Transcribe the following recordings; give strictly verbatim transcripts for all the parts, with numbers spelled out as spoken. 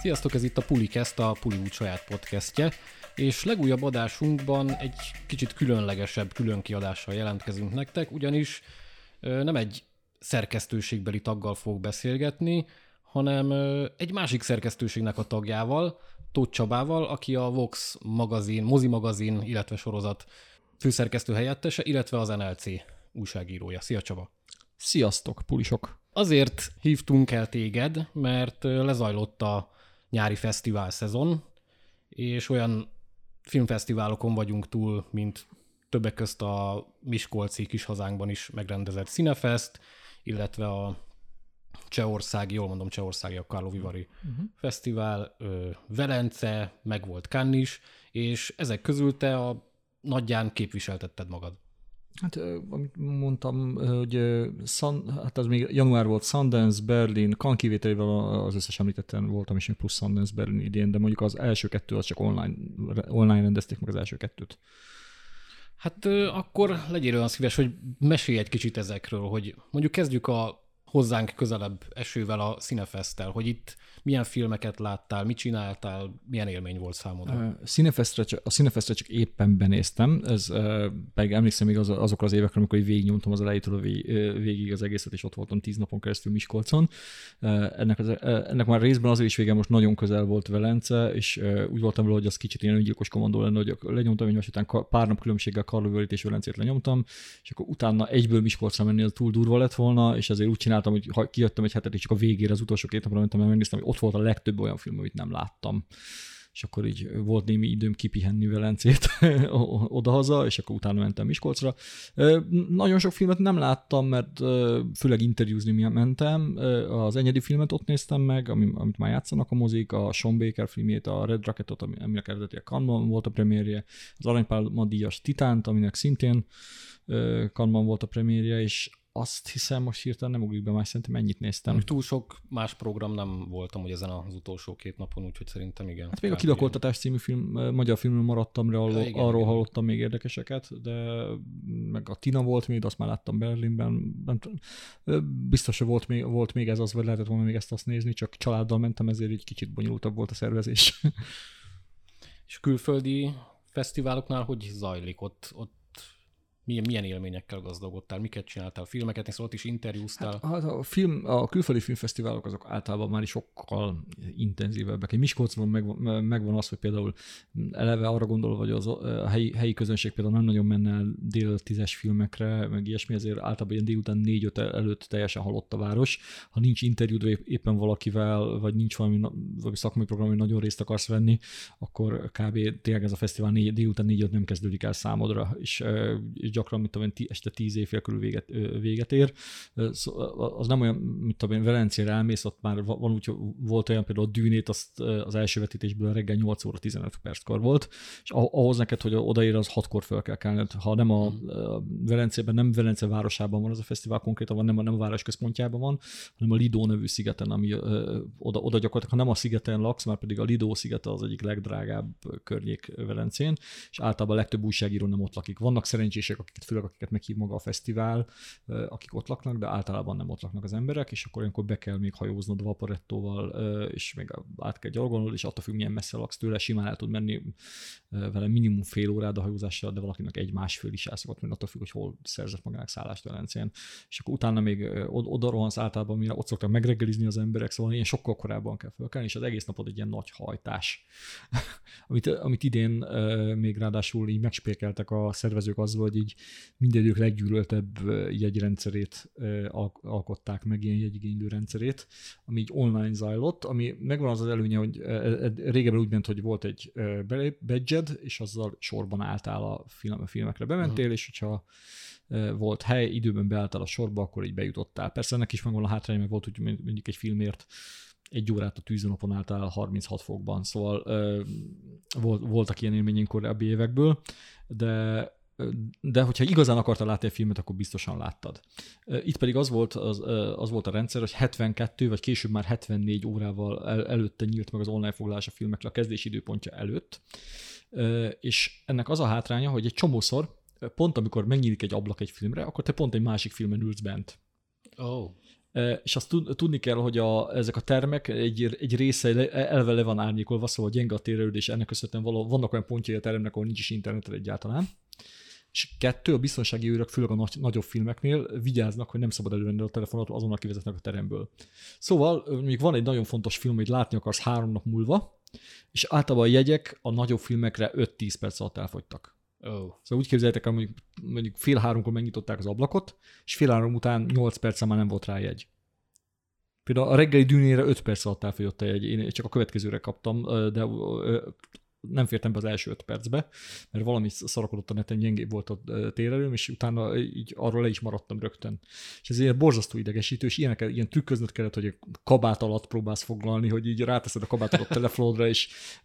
Sziasztok, ez itt a Pulicast, a Puliút saját podcastje, és legújabb adásunkban egy kicsit különlegesebb különkiadással jelentkezünk nektek, ugyanis nem egy szerkesztőségbeli taggal fog beszélgetni, hanem egy másik szerkesztőségnek a tagjával, Tóth Csabával, aki a Vox magazin, mozi magazin, illetve sorozat főszerkesztő helyettese, illetve az en el cé újságírója. Szia Csaba! Sziasztok, pulisok! Azért hívtunk el téged, mert lezajlott a nyári fesztivál szezon, és olyan filmfesztiválokon vagyunk túl, mint többek közt a miskolci kis hazánkban is megrendezett Cinefest, illetve a csehországi, jól mondom csehországi, a Karlovivari uh-huh. fesztivál, Velence, meg volt Cannes is, és ezek közül te a nagyján képviseltetted magad. Hát, amit mondtam, hogy Sun, hát az még január volt, Sundance, Berlin, Cannes kivételével az összes említetten voltam, és még plusz Sundance, Berlin idén, de mondjuk az első kettő, az csak online, online rendezték meg az első kettőt. Hát akkor legyél olyan szíves, hogy mesélj egy kicsit ezekről, hogy mondjuk kezdjük a hozzánk közelebb esővel, a Cinefesttel, hogy itt milyen filmeket láttál, mit csináltál, milyen élmény volt számodra? A Cinefestre csak, a Cinefestre csak éppen benéztem, ez pedig emlékszem még az, azokra az évekre, amikor végignyomtam az elejétől a végig az egészet, és ott voltam tíz napon keresztül Miskolcon. Ennek, az, ennek már részben azért is vége, most nagyon közel volt Velence, és úgy voltam vele, hogy az kicsit ilyen öngyilkos kommandó lenne, hogy lenyomtam egymás után pár nap különbséggel Karlovivarit és Velencét lenyomtam, és akkor utána egyből Miskolcra menni, az túl durva lett volna, és ezért úgy csináltam, hogy ha kijöttem egy hetet, és csak a végére, az utolsó két napra mentem, mert megnéztem, hogy ott volt a legtöbb olyan film, amit nem láttam. És akkor így volt némi időm kipihenni Velencét odahaza, és akkor utána mentem Miskolcra. Nagyon sok filmet nem láttam, mert főleg interjúzni mentem. Az Enyedi filmet ott néztem meg, amit már játszanak a mozik, a Sean Baker filmjét, a Red Rocketot, aminek eredetileg Cannes-ban volt a premierje, az Aranypálma díjas Titánt, aminek szintén Cannes-ban volt a premierje, és azt hiszem, most hirtelen nem ugrik be, már szerintem ennyit néztem. Még túl sok más program nem voltam, hogy ezen az utolsó két napon, úgyhogy szerintem igen. Hát még a Kilakoltatás című film, magyar filmről maradtam, arról, ja, igen, arról igen. hallottam még érdekeseket, de meg a Tina volt még, de azt már láttam Berlinben. Biztos, hogy volt még, volt még ez az, vagy lehetett volna még ezt azt nézni, csak családdal mentem, ezért így kicsit bonyolultabb volt a szervezés. És külföldi fesztiváloknál hogy zajlik ott? ott Milyen, milyen élményekkel gazdagodtál, miket csináltál, filmeket, és ott is interjúztál? Hát, a, film, a külföldi filmfesztiválok azok általában már is sokkal intenzívebbek. Egy Miskolcban megvan, megvan az, hogy például eleve arra gondolva, hogy az, a helyi, helyi közönség például nem nagyon menne el délelőtt tízes filmekre, meg ilyesmi, ezért általában ilyen délután négy-öt előtt teljesen halott a város. Ha nincs interjúd éppen valakivel, vagy nincs valami, valami szakmai program, hogy nagyon részt akarsz venni, akkor kb. Tényleg ez a fesztivál négy, délután négy-öt nem kezdődik el számodra, és gyakran, mint tudom én, este tíz évfél körül véget, véget ér. Az nem olyan, mint tudom én, Velencére elmész, ott már van úgy, volt olyan például a Dűnét, azt az első vetítésből reggel nyolc óra tizenöt perckor volt, és ahhoz neked, hogy odaér, az hatkor fel kell kelni. Ha nem a, a Velencében, nem Velence városában van az a fesztivál, konkrétan van, nem a, nem a város központjában van, hanem a Lido nevű szigeten, ami ö, oda, oda gyakorlatilag, ha nem a szigeten laksz, már pedig a Lido szigete az egyik legdrágább környék Velencén, és általában a legtöbb újságíró nem ott lakik. Vannak szerencsések, akiket, főleg akiket meghív maga a fesztivál, akik ott laknak, de általában nem ott laknak az emberek, és akkor olyankor be kell még hajóznod vaporettóval, és még át kell gyalogolnod, és attól függ, milyen messze laksz tőle, simán el tud menni vele minimum fél órád a hajózással, de valakinek egy-másfél is el szokott menni, attól függ, hogy hol szerzett magának szállást Velencén. És akkor utána még oda rohansz általában, mire ott szoktak megreggelizni az emberek, szóval ilyen sokkal korábban kell fölkelni, és az egész napod egy ilyen nagy hajtás. amit, amit idén még ráadásul így megspékeltek a szervezők azzal, hogy így minden idők leggyűlöltebb jegyrendszerét alkották meg, ilyen jegyigénylő rendszerét, ami így online zajlott, ami megvan az az előnye, hogy régebben úgy ment, hogy volt egy badge-ed, és azzal sorban álltál a, film, a filmekre, bementél, uh-huh. és hogyha volt hely, időben beálltál a sorba, akkor így bejutottál. Persze ennek is megvan a hátránya, mert volt, hogy mondjuk egy filmért egy órát a tűzőnapon álltál harminchat fokban, szóval volt, voltak ilyen élményünk korábbi évekből, de de hogyha igazán akartál látni egy filmet, akkor biztosan láttad. Itt pedig az volt, az, az volt a rendszer, hogy hetvenkettő vagy később már hetvennégy órával el, előtte nyílt meg az online foglalás a filmekre a kezdési időpontja előtt, és ennek az a hátránya, hogy egy csomószor, pont amikor megnyílik egy ablak egy filmre, akkor te pont egy másik filmen ülsz bent. Oh. És azt tudni kell, hogy a, ezek a termek egy, egy része elve le van árnyékolva, szóval gyenge a térerődés, ennek köszönhetően való, vannak olyan pontjai a teremnek, ahol nincs is internetre egyáltalán. És kettő, a biztonsági őrök, főleg a nagy, nagyobb filmeknél vigyáznak, hogy nem szabad elővenni a telefonot, azonnal kivezetnek a teremből. Szóval mondjuk van egy nagyon fontos film, amit látni akarsz három nap múlva, és általában a jegyek a nagyobb filmekre öt-tíz perc alatt elfogytak. Oh. Szóval úgy képzeljétek el, mondjuk, mondjuk fél háromkor megnyitották az ablakot, és fél három után nyolc perccel már nem volt rá jegy. Például a reggeli dűnére öt perc alatt elfogyott a jegy, én csak a következőre kaptam, de nem fértem be az első öt percbe, mert valami szarakodott a neten, gyengébb volt a térerőm, és utána így arról le is maradtam rögtön. És ez ilyen borzasztó idegesítő, és ilyenek, ilyen trükköznöd kellett, hogy a kabát alatt próbálsz foglalni, hogy így ráteszed a kabátot a telefonodra, és,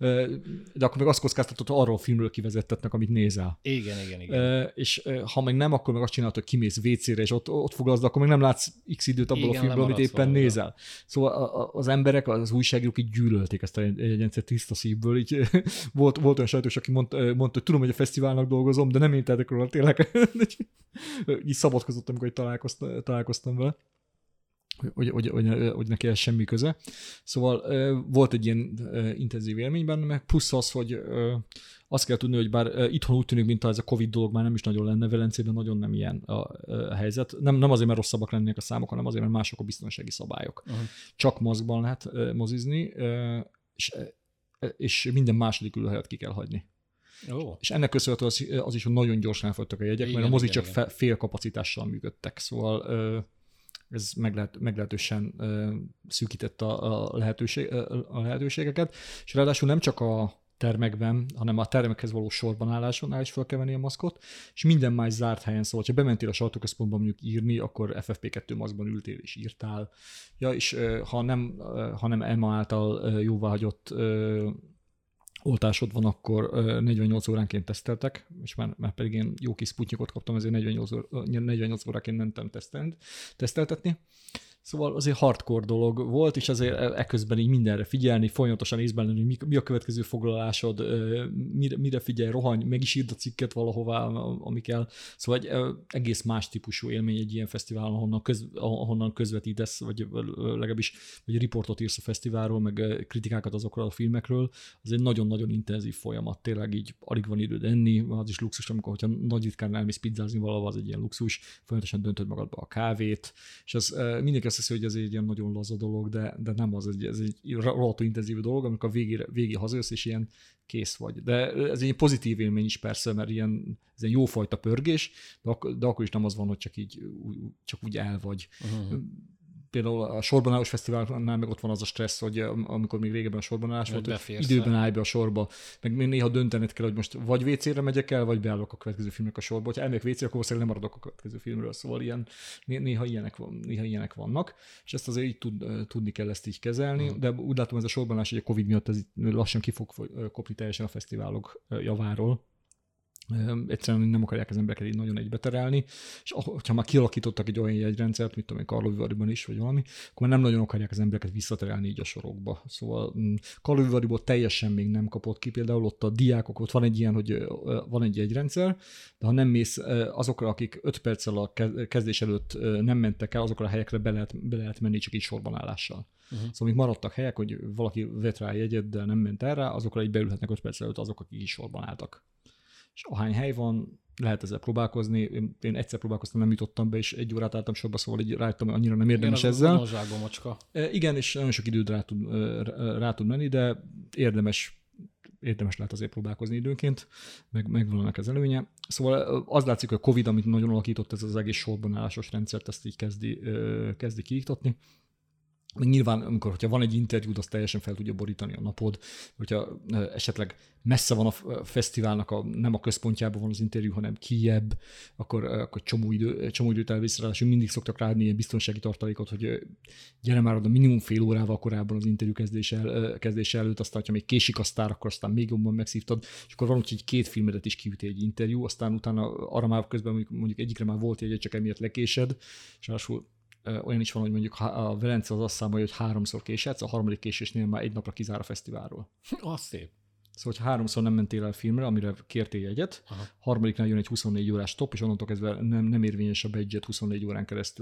de akkor meg azt kockáztatod, hogy arról a filmről kivezettetnek, amit nézel. Igen, igen, igen. És ha meg nem, akkor meg azt csinálod, hogy kimész vécére, és ott, ott foglalsz, de akkor meg nem látsz x időt abból igen, a filmből, amit éppen valami. Nézel. Szóval az emberek, az újságírók így gyűlölték ezt a jegyendszer tiszta szívből, így Volt, volt olyan sajtós, aki mondta, mondta, hogy tudom, hogy a fesztiválnak dolgozom, de nem én tehetek róla tényleg. Így szabadkozott, amikor találkoztam, találkoztam vele, hogy, hogy, hogy, hogy neki ez semmi köze. Szóval volt egy ilyen intenzív élmény benne, meg plusz az, hogy azt kell tudni, hogy bár itthon úgy tűnik, mint ez a Covid dolog már nem is nagyon lenne, Velencében nagyon nem ilyen a helyzet. Nem, nem azért, mert rosszabbak lennének a számok, hanem azért, mert mások a biztonsági szabályok. Uh-huh. Csak mozgban lehet mozizni, és és minden második ülőhelyet ki kell hagyni. Oh. És ennek köszönhető az, az is, hogy nagyon gyorsan elfogytak a jegyek, igen, mert a mozik csak fe, fél kapacitással működtek, szóval ez meglehet, meglehetősen szűkítette a, a, lehetőség, a lehetőségeket, és ráadásul nem csak a termekben, hanem a termekhez való sorban állásonnál is fel kell venni a maszkot, és minden más zárt helyen, szóval, ha bementél a sajtóközpontban mondjuk írni, akkor F F P kettő maszkban ültél és írtál. Ja, és ha nem, ha nem E M A által jóváhagyott oltásod van, akkor negyvennyolc óránként teszteltek, és már, már pedig én jó kis Sputnikot kaptam, ezért negyvennyolc, negyvennyolc óránként nem tudom teszteltetni. Szóval azért hardcore dolog volt, és azért eközben így mindenre figyelni, folyamatosan észben lenni, hogy mi a következő foglalásod, mire, mire figyelj, rohanj, meg is írd a cikket valahová, ami kell. Szóval egy egész más típusú élmény egy ilyen fesztiválon, ahonnan, köz, ahonnan közvetítesz, vagy legalábbis vagy riportot írsz a fesztiválról, meg kritikákat azokról a filmekről. Az egy nagyon-nagyon intenzív folyamat, tényleg így alig van időd enni, az is luxus, amikor hogyha nagy ritkán elmész pizzázni valahol, az egy ilyen luxus, folyamatosan döntöd magadba a kávét, és az mindenki azt hiszi, hogy ez egy ilyen nagyon laza dolog, de, de nem az, ez egy rohadtó intenzív dolog, amikor a végére, végére hazajössz, és ilyen kész vagy. De ez egy pozitív élmény is persze, mert ilyen, ez egy jófajta pörgés, de, ak- de akkor is nem az van, hogy csak így csak úgy el vagy. Uh-huh. Például a sorbanállós fesztiválnál meg ott van az a stressz, hogy amikor még régebben a sorbanállás volt, hogy időben állj be a sorba, meg néha döntened kell, hogy most vagy vécére megyek el, vagy beállok a következő filmnek a sorba. Hogyha elmegyek vécére, akkor valószínűleg nem maradok a következő filmről, szóval ilyen, néha, ilyenek, néha ilyenek vannak, és ezt azért így tud, tudni kell ezt így kezelni, hmm. de úgy látom, ez a sorbanálás, hogy a Covid miatt ez lassan ki fog kopni teljesen a fesztiválok javáról. Egyszerűen nem akarják az embereket így nagyon egybeterelni, és ha már kialakítottak egy olyan jegyrendszert, mit tudom én, Karlovy-Varyban is, vagy valami, akkor már nem nagyon akarják az embereket visszaterelni így a sorokba. Szóval Karlovy-Varyból teljesen még nem kapott ki, például ott a diákok, ott van egy ilyen, hogy van egy jegyrendszer, de ha nem mész azokra, akik öt perccel a kezdés előtt nem mentek el, azokra a helyekre be lehet, be lehet menni csak így sorbanállással. Uh-huh. Szóval még maradtak helyek, hogy valaki vett rá jegyet, de nem ment el rá, azokra így beülhetnek öt perc előtt azok, akik is sorban álltak. És ahány hely van, lehet ezzel próbálkozni. Én, én egyszer próbálkoztam, nem jutottam be, és egy órát álltam sorba, szóval így rájöttem, hogy annyira nem érdemes igen, ezzel. Az zsákba macska. E, igen, és nagyon sok időt rá tud, rá tud menni, de érdemes, érdemes lehet azért próbálkozni időnként, meg, meg van ennek az előnye. Szóval az látszik, hogy a Covid, amit nagyon alakított, ez az egész sorbanállásos rendszert, ezt így kezdi, kezdi kiiktatni. Még nyilván, amikor, hogyha van egy interjúd, azt teljesen fel tudja borítani a napod, hogyha esetleg messze van a fesztiválnak, a, nem a központjában van az interjú, hanem kijebb, akkor, akkor csomó, idő, csomó időt elvisz, ráadásul mindig szoktak ráadni ilyen biztonsági tartalékot, hogy gyere már oda minimum fél órával korábban az interjú kezdése, kezdése előtt, aztán, ha még késik a sztár, akkor aztán még jobban megszívtad, és akkor van úgy, hogy két filmedet is kiüti egy interjú, aztán utána arra már közben mondjuk, mondjuk egyikre már volt egy, csak emiatt lekésed, és ráadásul olyan is van, hogy mondjuk a Velence az azt számolja, hogy háromszor késedsz, a harmadik késésnél már egy napra kizár a fesztiválról. Az szép. Szóval, ha háromszor nem mentél el filmre, amire kértél jegyet, aha. harmadiknál jön egy huszonnégy órás stop, és onnantól kezdve nem, nem érvényes a budget huszonnégy órán keresztül.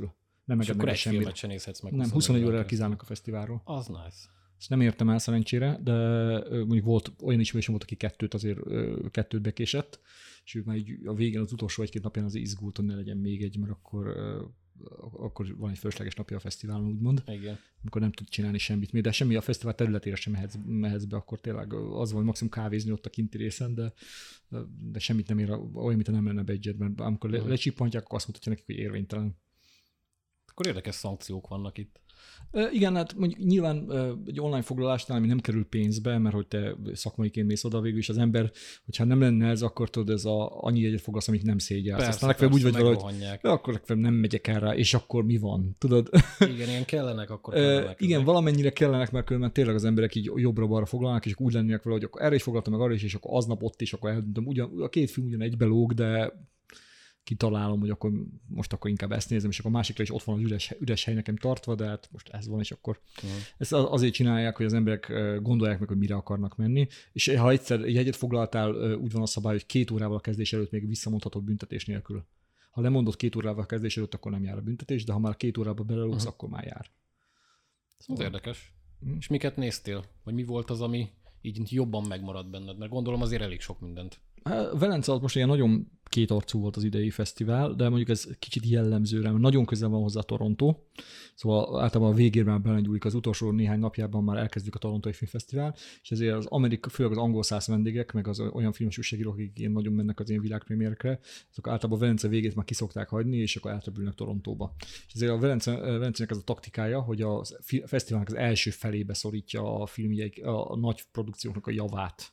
Nem és akkor egy semmire. filmet sem nézhetsz meg. Nem, huszonegy órára kizárnak a fesztiválról. Az nice. Ezt nem értem el szerencsére, de mondjuk volt olyan ismerősöm volt, aki kettőt azért kettőt bekésett, és ő már így a végén, az utolsó egy-két napján az izgult, hogy ne legyen még egy, mert akkor, akkor van egy fölösleges napja a fesztiválon, úgymond. Igen. Amikor nem tud csinálni semmit még, de semmi a fesztivál területére sem mehetsz, mehetsz be, akkor tényleg az van, hogy maximum kávézni ott a kinti részen, de, de semmit nem ér, olyan, mint a nem lenne budget, mert amikor le, lecsippantják, akkor azt mutatja nekik, hogy érvénytelen. Akkor érdekes szankciók vannak itt. Uh, igen, hát mondjuk nyilván uh, egy online foglalásnál, ami nem kerül pénzbe, mert hogy te szakmaiként mész oda végül, és az ember, hogyha nem lenne ez, akkor tudod, ez a, annyi egyet foglalsz, amit nem szégyelsz. Persze, aztán legfeljebb úgy vagy valahogy, hogy akkor legfeljebb nem megyek el rá, és akkor mi van, tudod? Igen, ilyen kellenek, akkor kellenek. Uh, igen, valamennyire kellenek, mert különben tényleg az emberek így jobbra-balra foglalnak, és úgy lennének vele, hogy akkor erre is foglaltam, meg arra is, és akkor aznap ott is, akkor eldöntöm. Ugyan, a két film ugyan egybe lóg, de kitalálom, hogy akkor most akkor inkább ezt nézem, és akkor a másikra is ott van az üres, üres hely nekem tartva, de hát most ez van, és akkor uh-huh. ezt azért csinálják, hogy az emberek gondolják meg, hogy mire akarnak menni, és ha egyszer egy jegyet foglaltál, úgy van a szabály, hogy két órával a kezdés előtt még visszamondhatod büntetés nélkül. Ha lemondod két órával a kezdés előtt, akkor nem jár a büntetés, de ha már két órába belelógsz, uh-huh. akkor már jár. Szóval. Ez érdekes. Uh-huh. És miket néztél? Vagy mi volt az, ami így jobban megmaradt benned? Mert gondolom azért elég sok mindent. Velence az most ilyen nagyon kétarcú volt az idei fesztivál, de mondjuk ez kicsit jellemző rá, mert nagyon közel van hozzá Toronto, szóval általában a végén már belegyúlik, az utolsó néhány napjában már elkezdjük a Torontói Filmfesztivál, és ezért az Amerika, főleg az angol száz vendégek, meg az olyan filmes újságírók, akik ilyen nagyon mennek az ilyen világpremiérekre, azok általában a Velence végét már kiszokták hagyni, és akkor átrepülnek Torontóba. És ezért a Velence, Velencének ez a taktikája, hogy a fesztiválnak az első felébe szorítja a filmjeik, a, a nagy produkcióknak a javát.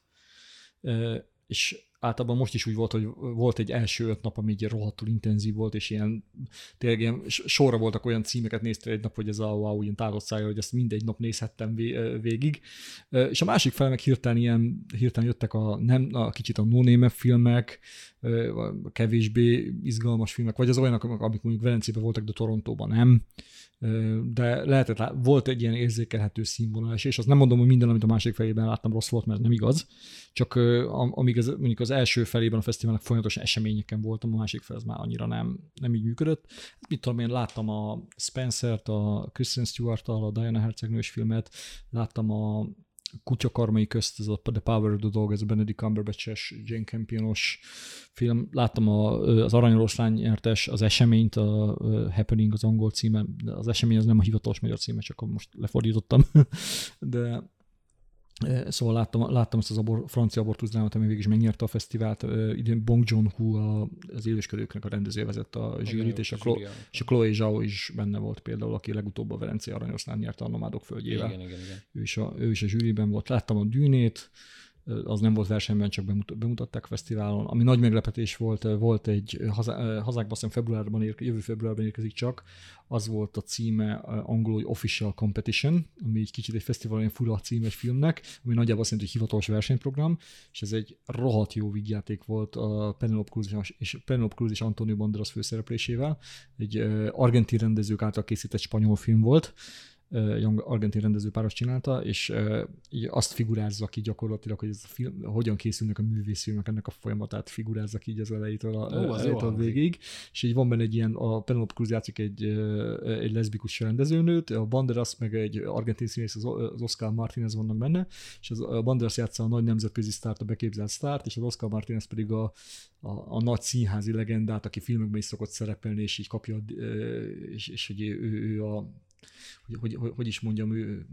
E, és általában most is úgy volt, hogy volt egy első öt nap, ami így rohadtul intenzív volt, és ilyen, tényleg ilyen sorra voltak olyan címeket, néztél egy nap, hogy ez a wow, ilyen tátott szájjal, hogy ezt mindegy nap nézhettem végig. És a másik fel meg hirtelen ilyen, hirtelen jöttek a, nem, a kicsit a no-name filmek, a kevésbé izgalmas filmek, vagy az olyanok, amik mondjuk Velencében voltak, de Torontóban nem. De lehetett, volt egy ilyen érzékelhető színvonal, és azt nem mondom, hogy minden, amit a másik felében láttam, rossz volt, mert nem igaz, csak amíg az, mondjuk az első felében a fesztiválnak folyamatosan eseményeken voltam, a másik fel az már annyira nem, nem így működött. Mit tudom én, láttam a Spencer-t, a Kristen Stewart-tal, a Diana Hercegnős filmet, láttam a Kutyakarmai közt, ez a The Power of the Dog, ez a Benedict Cumberbatch-es, Jane Campionos film. Láttam a, az Aranyoroszlány nyertes, az Eseményt, a Happening az angol címe, de az Esemény az nem a hivatalos magyar címe, csak most lefordítottam. De szóval láttam, láttam ezt az abor, francia abortuszdámat, ami végig is megnyerte a fesztivált. Idén Bong Joon-ho, az élősködőknek a rendező vezette a zsűrit, és a, Chlo- és a Chloe Zhao is benne volt például, aki legutóbb a Velencei Aranyoroszlán nyerte a Nomádok földjével. Igen, igen, igen. Ő, is a, ő is a zsűriben volt. Láttam a Dűnét, az nem volt versenyben, csak bemutatták a fesztiválon. Ami nagy meglepetés volt, volt egy hazá, hazákban, azt februárban érke, jövő februárban érkezik csak, az volt a címe angolul, hogy Official Competition, ami egy kicsit egy fesztiválon fura címes filmnek, ami nagyjából azt jelenti, hogy hivatalos versenyprogram, és ez egy rohadt jó vígjáték volt a Penelope Cruz és, Penelope Cruz és Antonio Banderas főszereplésével. Egy argentin rendezők által készített spanyol film volt, argentin rendezőpáros csinálta, és uh, így azt figurázza ki gyakorlatilag, hogy ez a film, hogyan készülnek a művészfilmek, ennek a folyamatát figurázza ki így az elejétől a, Ó, elejétől végig. És így van benne egy ilyen, a Penelope Cruz játszik egy, egy leszbikus rendezőnőt, a Banderas meg egy argentin színész, az Oscar Martínez vannak benne, és az, a Banderas játsza a nagy nemzetközi sztárt, a beképzelt sztárt, és az Oscar Martínez pedig a, a, a nagy színházi legendát, aki filmekben is szokott szerepelni, és így kapja, és, és hogy ő, ő a Hogy, hogy, hogy, hogy is mondjam, ő,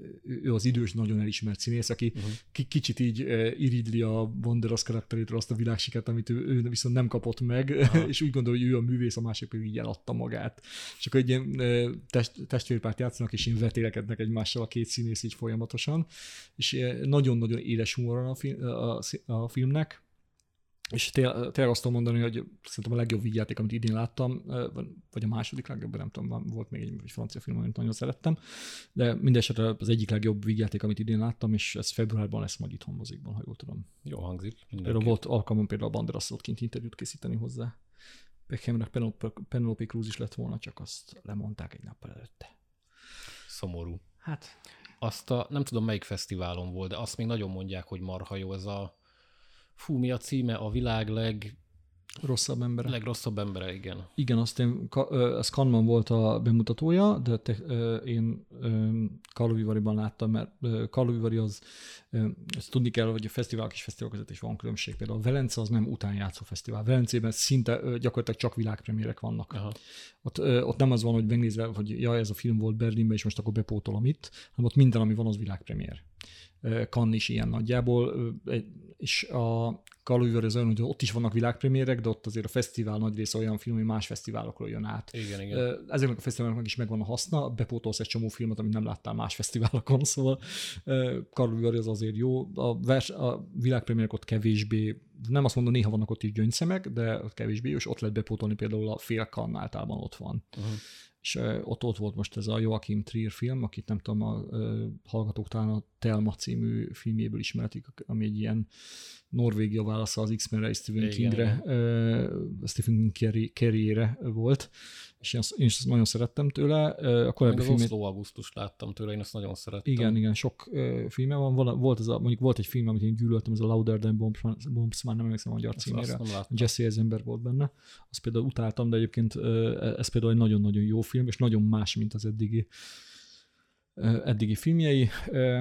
ő az idős, nagyon elismert színész, aki uh-huh. kicsit így iridli a Banderas karakterétől azt a világsikert, amit ő, ő viszont nem kapott meg, uh-huh. és úgy gondolja, hogy ő a művész, a másik pedig így eladta magát. És akkor egy ilyen test, testvérpárt játszanak, és én vetélekednek egymással a két színész így folyamatosan, és nagyon-nagyon éles humor a, film, a, a filmnek. És tényleg azt tudom mondani, hogy szerintem a legjobb vígjáték, amit idén láttam, vagy a második legjobb, nem tudom, volt még egy francia film, amit nagyon szerettem, de mindesetre az egyik legjobb vígjáték, amit idén láttam, és ez februárban lesz majd itthon mozikban, ha jól tudom. Jó hangzik. Például volt alkalmam például a Banderasot kint interjút készíteni hozzá. Beckhamnek Penelope, Penelope Cruz is lett volna, csak azt lemondták egy nappal előtte. Szomorú. Hát. Azt a, nem tudom melyik fesztiválon volt, de azt még nagyon mondják, hogy marha jó ez a fú, mi a címe? A világ leg... Rosszabb embere. Legrosszabb embere, igen. Igen, azt én, ez Cannes volt a bemutatója, de te, én Karlovy Varyban láttam, mert Karlovy Vary az, ezt tudni kell, hogy a fesztiválok és fesztiválok között is van különbség. Például a Velence az nem utánjátszó fesztivál. Velencében szinte gyakorlatilag csak világpremiérek vannak. Aha. Ott, ott nem az van, hogy megnézve, hogy jaj, ez a film volt Berlinben, és most akkor bepótolom itt, hanem ott minden, ami van, az világpremiér. Cannes is ilyen nagyjából, és a Karlovy Vary az olyan, hogy ott is vannak világpremiérek, de ott azért a fesztivál nagy része olyan film, hogy más fesztiválokról jön át. Igen, igen. Ezeknek a fesztiváloknak is megvan a haszna, bepótolsz egy csomó filmet, amit nem láttál más fesztiválokon, szóval Karlovy Vary az azért jó. A, vers, a világpremiérek ott kevésbé, nem azt mondom, néha vannak ott is gyöngyszemek, de ott kevésbé jó, és ott lehet bepótolni, például a Fél Cannes általában ott van. Uh-huh. És ott, ott volt most ez a Joachim Trier film, akit nem tudom, a, a hallgatók talán a Thelma című filmjéből ismerhetik, ami egy ilyen Norvégia válasza az X-Menre és Stephen Kingre, uh, Stephen King Carriere volt, és én azt, én azt nagyon szerettem tőle. A korábbi az filmét... Oszló Augustus láttam tőle, én azt nagyon szerettem. Igen, igen, sok uh, filme van. Volt ez a, mondjuk volt egy film, amit én gyűlöltem, ez a Louder Than Bombs, Bombs már nem emlékszem a magyar címére. Jesse Eisenberg volt benne. Azt például utáltam, de egyébként uh, ez például egy nagyon-nagyon jó film, és nagyon más, mint az eddigi, uh, eddigi filmjei. Uh,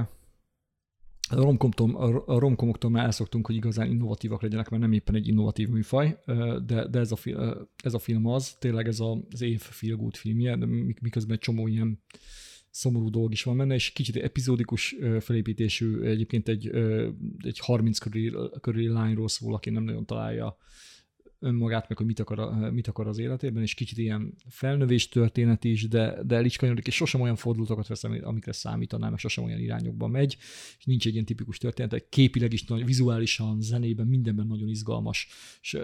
A, romkomtól, a romkomoktól már elszoktunk, hogy igazán innovatívak legyenek, mert nem éppen egy innovatív műfaj, de, de ez, a, ez a film az, tényleg ez a, az év feel good filmje, de miközben egy csomó ilyen szomorú dolog is van benne, és kicsit epizódikus felépítésű, egyébként egy, egy harminc körüli, körüli lányról szól, aki nem nagyon találja önmagát, meg hogy mit akar, mit akar az életében, és kicsit ilyen felnövés történet is, de, de eliskanyarodik, és sosem olyan fordulatokat vesz, amikre számítanám, meg sosem olyan irányokba megy, és nincs egy ilyen tipikus történet, egy képileg is, vizuálisan, zenében, mindenben nagyon izgalmas, és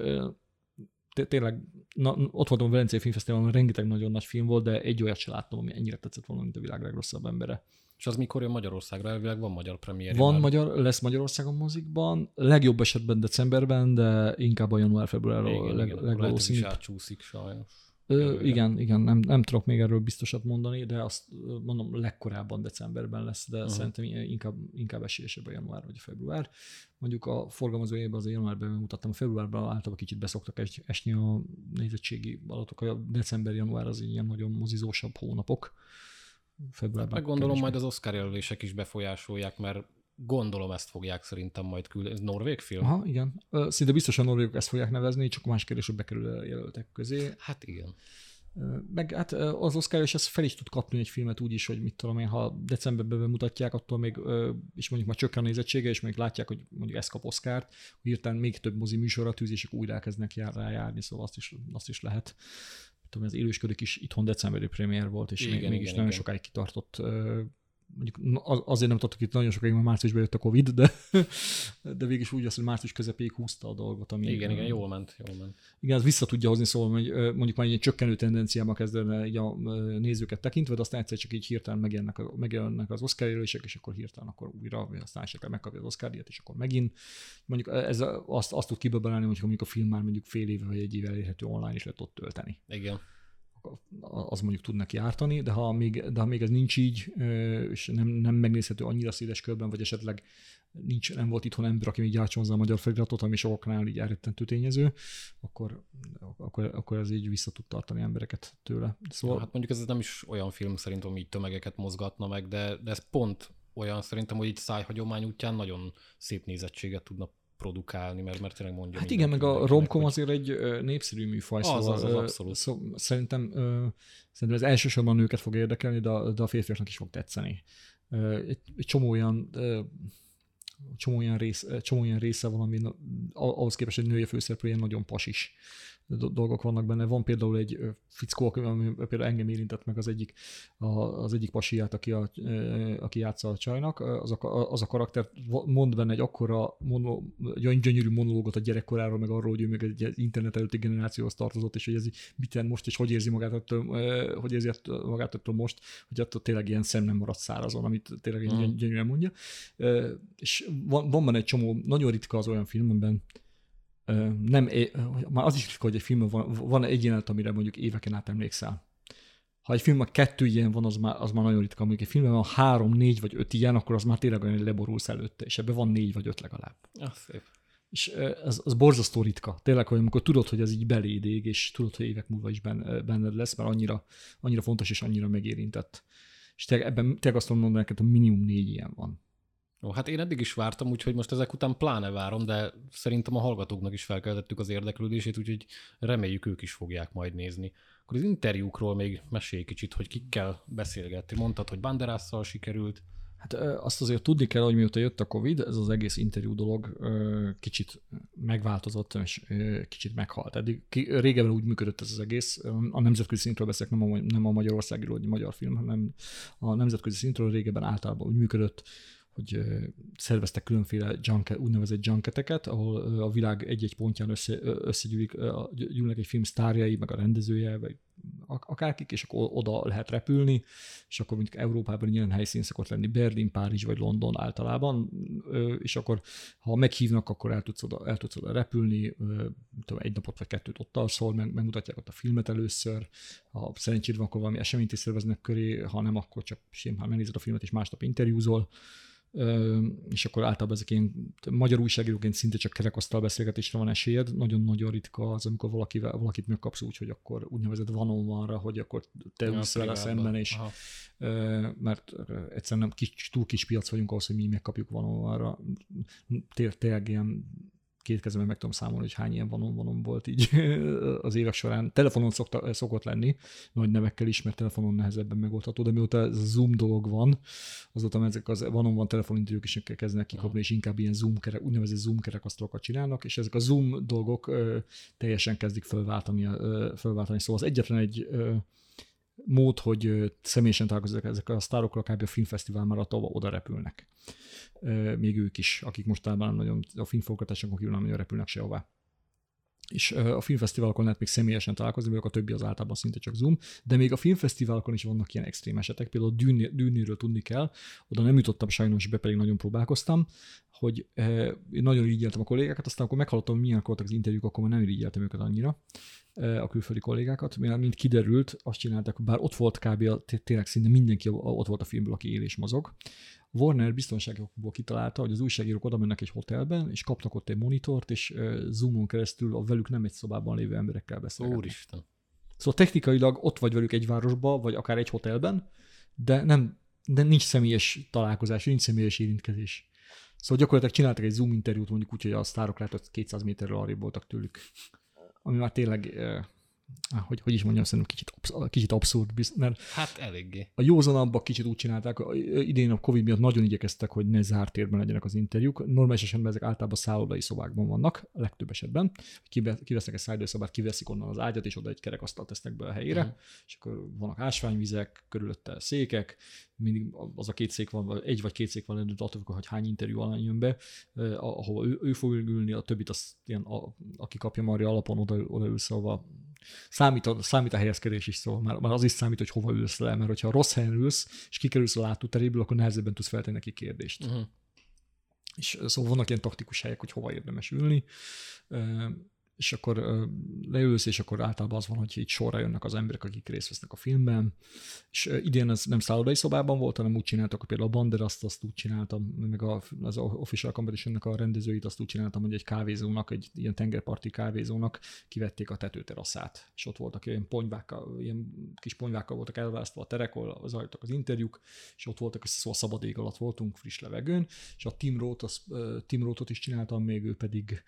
tényleg, na, ott voltam a Velencei Filmfesztiválon, rengeteg nagyon nagy film volt, de egy olyat sem láttam, ami ennyire tetszett volna, mint a világ legrosszabb embere. És az mikor jön Magyarországra? Elvileg van magyar premiér. Van magyar, lesz Magyarországon mozikban, legjobb esetben decemberben, de inkább a január-februárról leg, legvalószínűbb. Lehet, átcsúszik sajnos. Ö, igen, igen, nem, nem tudok még erről biztosat mondani, de azt mondom, legkorábban decemberben lesz, de uh-huh. szerintem inkább, inkább esélyesebb a január vagy a február. Mondjuk a forgalmazó évben az a januárban mutattam, a februárban általában kicsit beszoktak esni a nézettségi adatok, a december-január az ilyen nagyon mozizósabb hónapok. Februárban. Meg gondolom majd az Oscar jelölések is befolyásolják, mert gondolom ezt fogják szerintem majd küldeni. Ez norvég film? Aha, igen. Szinte biztosan norvégok ezt fogják nevezni, csak más kérdés, hogy bekerül a jelöltek közé. Hát igen. Meg hát az Oscar és ez fel is tud kapni egy filmet úgy is, hogy mit tudom én, ha decemberben bemutatják, attól még, és mondjuk már csökken a nézettsége, és még látják, hogy mondjuk ez kap Oscart, hogy hirtelen még több mozi műsorra tűz, és újra elkezdenek jár, rájárni, szóval azt is, azt is lehet. Tudom, az Élősködök is itthon decemberi premier volt, és igen, még, mégis igen, nagyon igen. sokáig kitartott. Mondjuk azért nem tartok itt nagyon sokáig, mert márciusban jött a Covid, de, de végig úgy az, hogy március közepéig húzta a dolgot. Ami, igen, igen, jól ment, jól ment. Igen, ez vissza tudja hozni, szóval hogy mondjuk már egy csökkenő tendenciában kezdene így a nézőket tekintve, de aztán egyszer csak így hirtelen megjelennek, megjelennek az Oscar jelölések, és akkor hirtelen akkor újra, aztán esetleg megkapja az Oscar-díjat, és akkor megint. Mondjuk ez azt, azt tud kiböbelni, hogy mondjuk a film már mondjuk fél éve vagy egy éve elérhető online is lehet ott tölteni. Igen. Az mondjuk tud neki ártani, de ha még, de ha még ez nincs így, és nem, nem megnézhető annyira széles körben, vagy esetleg nincs, nem volt itthon ember, aki még gyártson hozzá a magyar feliratot, ami sokaknál így elrettentő tényező, akkor, akkor, akkor ez így vissza tud tartani embereket tőle. Szóval... Ja, hát mondjuk ez nem is olyan film szerintem, így tömegeket mozgatna meg, de, de ez pont olyan szerintem, hogy így szájhagyomány útján nagyon szép nézettséget tudna produkálni, mert, mert tényleg mondja. Hát igen, meg a romkom azért egy népszerű műfaj, az, szóval az, az abszolút. Szó, szerintem, szerintem ez elsősorban nőket fog érdekelni, de a, de a férfiaknak is fog tetszeni. Egy, egy csomó olyan csomó olyan, rész, csomó olyan része van, ami ahhoz képest egy női főszereplő ilyen nagyon pasis dolgok vannak benne. Van például egy fickó, ami például engem érintett meg az egyik, az egyik pasiát, aki, a, aki játsza a csajnak. Az a, az a karakter mond benne egy akkora monológ, gyönyörű monológot a gyerekkoráról, meg arról, hogy ő meg egy internet előtti generációhoz tartozott, és hogy ez mit tenni most, és hogy érzi magát attól, hogy érzi magát attól most, hogy attól tényleg ilyen szem nem maradt szárazon, amit tényleg mm. gyönyörűen mondja. És van, van benne egy csomó, nagyon ritka az olyan film, amiben nem, már az is ritka, hogy egy filmben van, van egy jelenet, amire mondjuk éveken át emlékszel. Ha egy filmben kettő ilyen van, az már, az már nagyon ritka. Mondjuk egy filmben van három, négy vagy öt ilyen, akkor az már tényleg olyan leborulsz előtte, és ebben van négy vagy öt legalább. Ah, szép. És ez, ez borzasztó ritka. Tényleg, hogy amikor tudod, hogy ez így beléd ég, és tudod, hogy évek múlva is benned lesz, mert annyira, annyira fontos és annyira megérintett. És tényleg ebben tényleg azt mondom neked, hogy minimum négy ilyen van. Ó, hát én eddig is vártam, úgyhogy most ezek után pláne várom, de szerintem a hallgatóknak is felkeltettük az érdeklődését, úgyhogy reméljük ők is fogják majd nézni. Akkor az interjúkról még mesélj kicsit, hogy kikkel beszélgettél. Mondtad, hogy Banderasszal sikerült. Hát azt azért tudni kell, hogy mióta jött a Covid, ez az egész interjú dolog kicsit megváltozott, és kicsit meghalt. Eddig régebben úgy működött ez az egész. A nemzetközi szintről beszélek, nem a, nem a magyarországiról, vagy magyar film, hanem a nemzetközi szintről régebben általában úgy működött, hogy szerveztek különféle junket, úgynevezett junketeket, ahol a világ egy-egy pontján össze, összegyűlik, gyűlnek egy film sztárjai, meg a rendezője, vagy akárkik, és akkor oda lehet repülni, és akkor mondjuk Európában ilyen helyszín szokott lenni, Berlin, Párizs vagy London általában, és akkor ha meghívnak, akkor el tudsz oda, el tudsz oda repülni, tudom, egy napot vagy kettőt ott alszol, megmutatják ott a filmet először, ha szerencséd van, akkor valami eseményt is szerveznek köré, ha nem, akkor csak simán megnézed a filmet, és másnap interjúzol. És akkor általában ezek ilyen magyar újságíróként szinte csak kerekasztal beszélgetésre van esélyed. Nagyon-nagyon ritka az, amikor valakivel, valakit megkapsz úgy, hogy akkor úgynevezett van-on-one-ra, hogy akkor te ja, ülsz vele szemben, és aha. Mert egyszerűen nem kis, túl kis piac vagyunk ahhoz, hogy mi megkapjuk van-on-one-ra. Tényleg ilyen két kezemben meg tudom számolni, hogy hány ilyen van-on-one volt így az évek során. Telefonon szokta, szokott lenni, nagy nevekkel is, mert telefonon nehezebben megoldható, de mióta ez a Zoom dolog van, azóta ezek az van-on-one telefoninterjúk is kezdenek kikapni, és inkább ilyen Zoom kerek, úgynevezett Zoom kerekasztalokat csinálnak, és ezek a Zoom dolgok ö, teljesen kezdik fölváltani, ö, fölváltani. Szóval az egyetlen egy ö, mód, hogy személyesen találkoznak ezek a sztárokkal, kb. A filmfesztivál már oda repülnek. Még ők is, akik mostában nem nagyon a filmforgatásokon kívül nem nagyon repülnek sehová. És a filmfesztiválokon lehet még személyesen találkozni, mert a többi az általában szinte csak Zoom, de még a filmfesztiválokon is vannak ilyen extrém esetek, például Dűnéről tudni kell, oda nem jutottam sajnos be, pedig nagyon próbálkoztam, hogy én nagyon irigyeltem a kollégákat, aztán akkor meghallottam, hogy milyen voltak az interjúk, akkor már nem irigyeltem őket annyira, a külföldi kollégákat, mert mint kiderült, azt csinálták, bár ott volt kb. A, tényleg szinte mindenki ott volt a filmből, aki él és mozog. Warner biztonságokból kitalálta, hogy az újságírók oda mennek egy hotelben, és kapnak ott egy monitort, és Zoomon keresztül a velük nem egy szobában lévő emberekkel beszélgetnek. Úristen. Szóval technikailag ott vagy velük egy városban, vagy akár egy hotelben, de nem, de nincs személyes találkozás, nincs személyes érintkezés. Szóval gyakorlatilag csináltak egy Zoom interjút, mondjuk úgy, hogy a sztárok lehet, hogy kétszáz méterről arrébb voltak tőlük. Ami már tényleg, hogy, hogy is mondjam, szerintem kicsit, absz- kicsit abszurd, mert hát eléggé. A józanabbak kicsit úgy csinálták, idén a Covid miatt nagyon igyekeztek, hogy ne zárt térben legyenek az interjúk. Normális esetben ezek általában szállodai szobákban vannak, a legtöbb esetben. Kivesznek egy szállodaszobát, kiveszik onnan az ágyat, és oda egy kerekasztalt tesznek be a helyére, uh-huh. és akkor vannak ásványvizek, körülötte székek, mindig az a két szék van, egy vagy két szék van, attól, hogy hány interjú alany jön be, ahova ő, ő fog ülni, a többit az ilyen, a, aki kapja Maria alapon, oda, oda ül, szóval számít a, számít a helyezkedés is, szóval már, már az is számít, hogy hova ülsz le, mert hogyha rossz helyen ülsz, és kikerülsz a látóteréből, akkor nehezebben tudsz feltenni neki kérdést. Uh-huh. És szóval vannak ilyen taktikus helyek, hogy hova érdemes ülni, és akkor leülsz, és akkor általában az van, hogy így sorra jönnek az emberek, akik részt vesznek a filmben. És idén ez nem szállodai szobában volt, hanem úgy csináltak, hogy például a Banderaszt azt úgy csináltam, meg a, az Official Competition-nek a rendezőit azt úgy csináltam, hogy egy kávézónak, egy ilyen tengerparti kávézónak kivették a tetőteraszát. És ott voltak ilyen ponyvákkal, ilyen kis ponyvákkal voltak elválasztva a terek, ahol zajlottak az interjúk, és ott voltak, szóval szabad ég alatt voltunk, friss levegőn, és a Tim Roth, az, Tim Rothot is csináltam, még ő pedig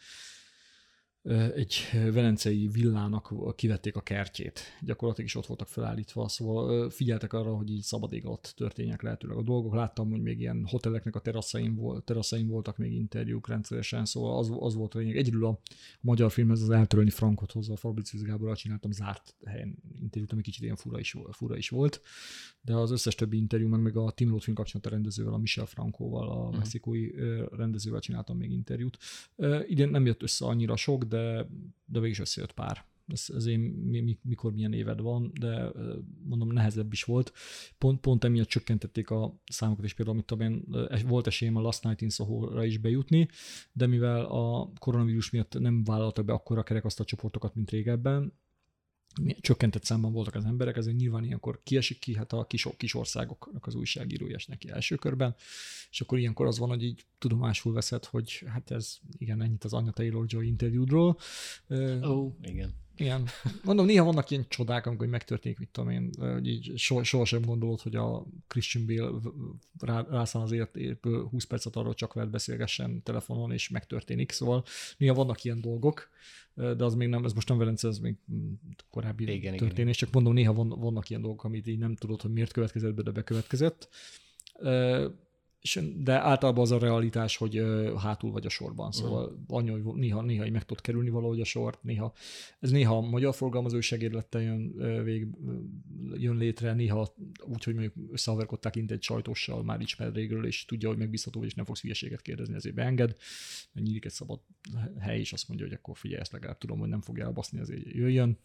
egy velencei villának kivették a kertjét. Gyakorlatilag is ott voltak felállítva, szóval figyeltek arra, hogy így szabad ég alatt történjenek lehetőleg a dolgok. Láttam, hogy még ilyen hoteleknek a teraszain, volt, teraszain voltak még interjúk rendszeresen, szóval az, az volt a lényeg. Egyedül a magyar filmhez az Eltörölni Frankot hozzá, a Fabricius Gáborral csináltam zárt helyen interjút, ami kicsit ilyen fura is, fura is volt, de az összes többi interjú, meg, meg a Tim Roth film kapcsolat a rendezővel, a Michel Francoval, a uh-huh. mexikói rendezővel csináltam még interjút. Idén nem jött össze annyira sok, de, de végig is összejött pár. Ez, ez én, mi, mikor milyen éved van, de mondom, nehezebb is volt. Pont, pont emiatt csökkentették a számokat, és például, amit én, volt esélyem a Last Night in Soho-ra is bejutni, de mivel a koronavírus miatt nem vállaltak be akkora kerekasztal csoportokat, mint régebben, csökkentett számban voltak az emberek, ezért nyilván ilyenkor kiesik ki, hát a kis, kis országoknak az újságírója esnek ki első körben, és akkor ilyenkor az van, hogy így tudomásul veszed, hogy hát ez, igen, ennyit az Anya Taylor-Joy interjúdról. Ó, oh, igen. Igen. Mondom, néha vannak ilyen csodák, amikor megtörténik, mit tudom én, hogy így so, sohasem gondolod, hogy a Christian Bale rá, rászáll az életéből húsz percet arról csak veled beszélgessen telefonon, és megtörténik. Szóval néha vannak ilyen dolgok, de az még nem, ez most nem Velence, ez még korábbi igen, történés, igen. Csak mondom, néha van, vannak ilyen dolgok, amit így nem tudod, hogy miért következett be, de bekövetkezett. De általában az a realitás, hogy hátul vagy a sorban. Szóval uh-huh. annyi, hogy néha, néha így meg tudod kerülni valahogy a sort, néha, ez néha a magyar forgalmazó segédlettel jön, vég, jön létre, néha úgy, hogy mondjuk összehaverkodták int egy sajtóssal, már ismer régről, és tudja, hogy megbízható vagy, és nem fogsz hülyeséget kérdezni, ezért beenged. Nyílik egy szabad hely, és azt mondja, hogy akkor figyelj, ezt legalább tudom, hogy nem fogja elbaszni, azért jöjjön.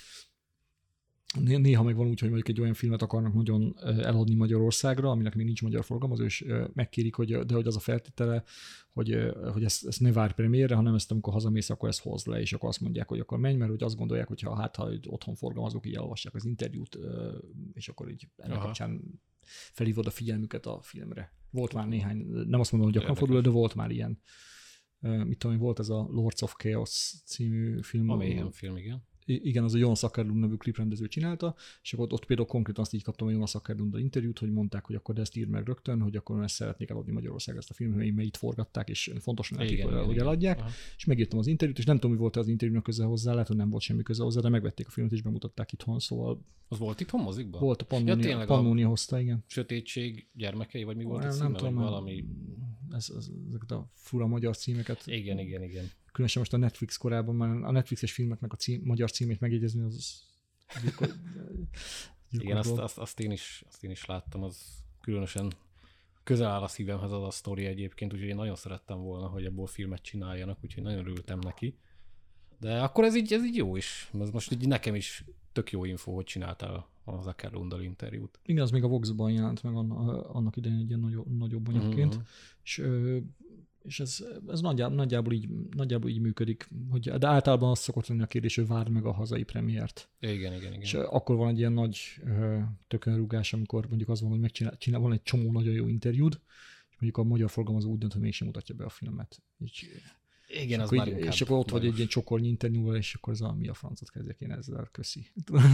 Néha meg van úgy, hogy mondjuk egy olyan filmet akarnak nagyon eladni Magyarországra, aminek még nincs magyar forgalmazó, és megkérik, hogy, de hogy az a feltétele, hogy, hogy ezt, ezt ne várj premiérre, hanem ezt amikor hazamész, akkor ezt hozd le, és akkor azt mondják, hogy akkor menj, mert hogy azt gondolják, hogy ha hát ha otthon forgalmazók így elolvassák az interjút, és akkor így ennek kapcsán felhívod a figyelmüket a filmre. Volt már néhány, nem azt mondom, hogy gyakran fordul, de volt már ilyen. Mit tudom, volt ez a Lords of Chaos című film. A Mayhem film, igen. Igen, az a Jonas Åkerlund nevű kliprendező csinálta, és akkor ott, ott például konkrétan azt így kaptam a Jonas Åkerlunddal interjút, hogy mondták, hogy akkor de ezt írd meg rögtön, hogy akkor ezt szeretnék eladni Magyarországon ezt a filmet, mert itt forgatták, és fontos nekik, hogy, hogy eladják. Aha. És megírtam az interjút, és nem tudom, mi volt az interjúnak köze hozzá, lehet, hogy nem volt semmi köze hozzá, de megvették a filmet, és bemutatták itthon, szóval... Az volt itthon mozikban? Volt, a Pannonia, ja, Pannonia hozta, igen. Sötétség gyermekei, vagy mi volt nem, a címe, nem tudom, valami... Ez, ez, ezeket a fura magyar címeket. Igen, igen, igen. Különösen most a Netflix korában, már a Netflixes filmeknek a cím, magyar címét megjegyezni, az... az gyilkos, igen, azt, azt, azt, én is, azt én is láttam, az különösen közel áll a szívemhez az a sztori egyébként, úgyhogy én nagyon szerettem volna, hogy ebből filmet csináljanak, úgyhogy nagyon örültem neki. De akkor ez így, ez így jó is. Ez most így nekem is tök jó info, hogy csináltál az Åkerlunddal interjút. Igen, az még a Vox-ban jelent meg annak idején egy ilyen nagyobb, nagyobb anyagként. Uh-huh. És, és ez, ez nagyjából, nagyjából, így, nagyjából így működik. Hogy, de általában az szokott lenni a kérdés, hogy várd meg a hazai premiért. Igen, igen, igen. És akkor van egy ilyen nagy tökönrúgás, amikor mondjuk az van, hogy megcsinál, csinál, van egy csomó nagyon jó interjúd, és mondjuk a magyar forgalmazó úgy dönt, hogy mégsem mutatja be a filmet. Így, igen, az így, már és akkor ott vagy egy ilyen csokornyi interjúval, és akkor ez a mi a francot kezdjek én ezzel, köszi.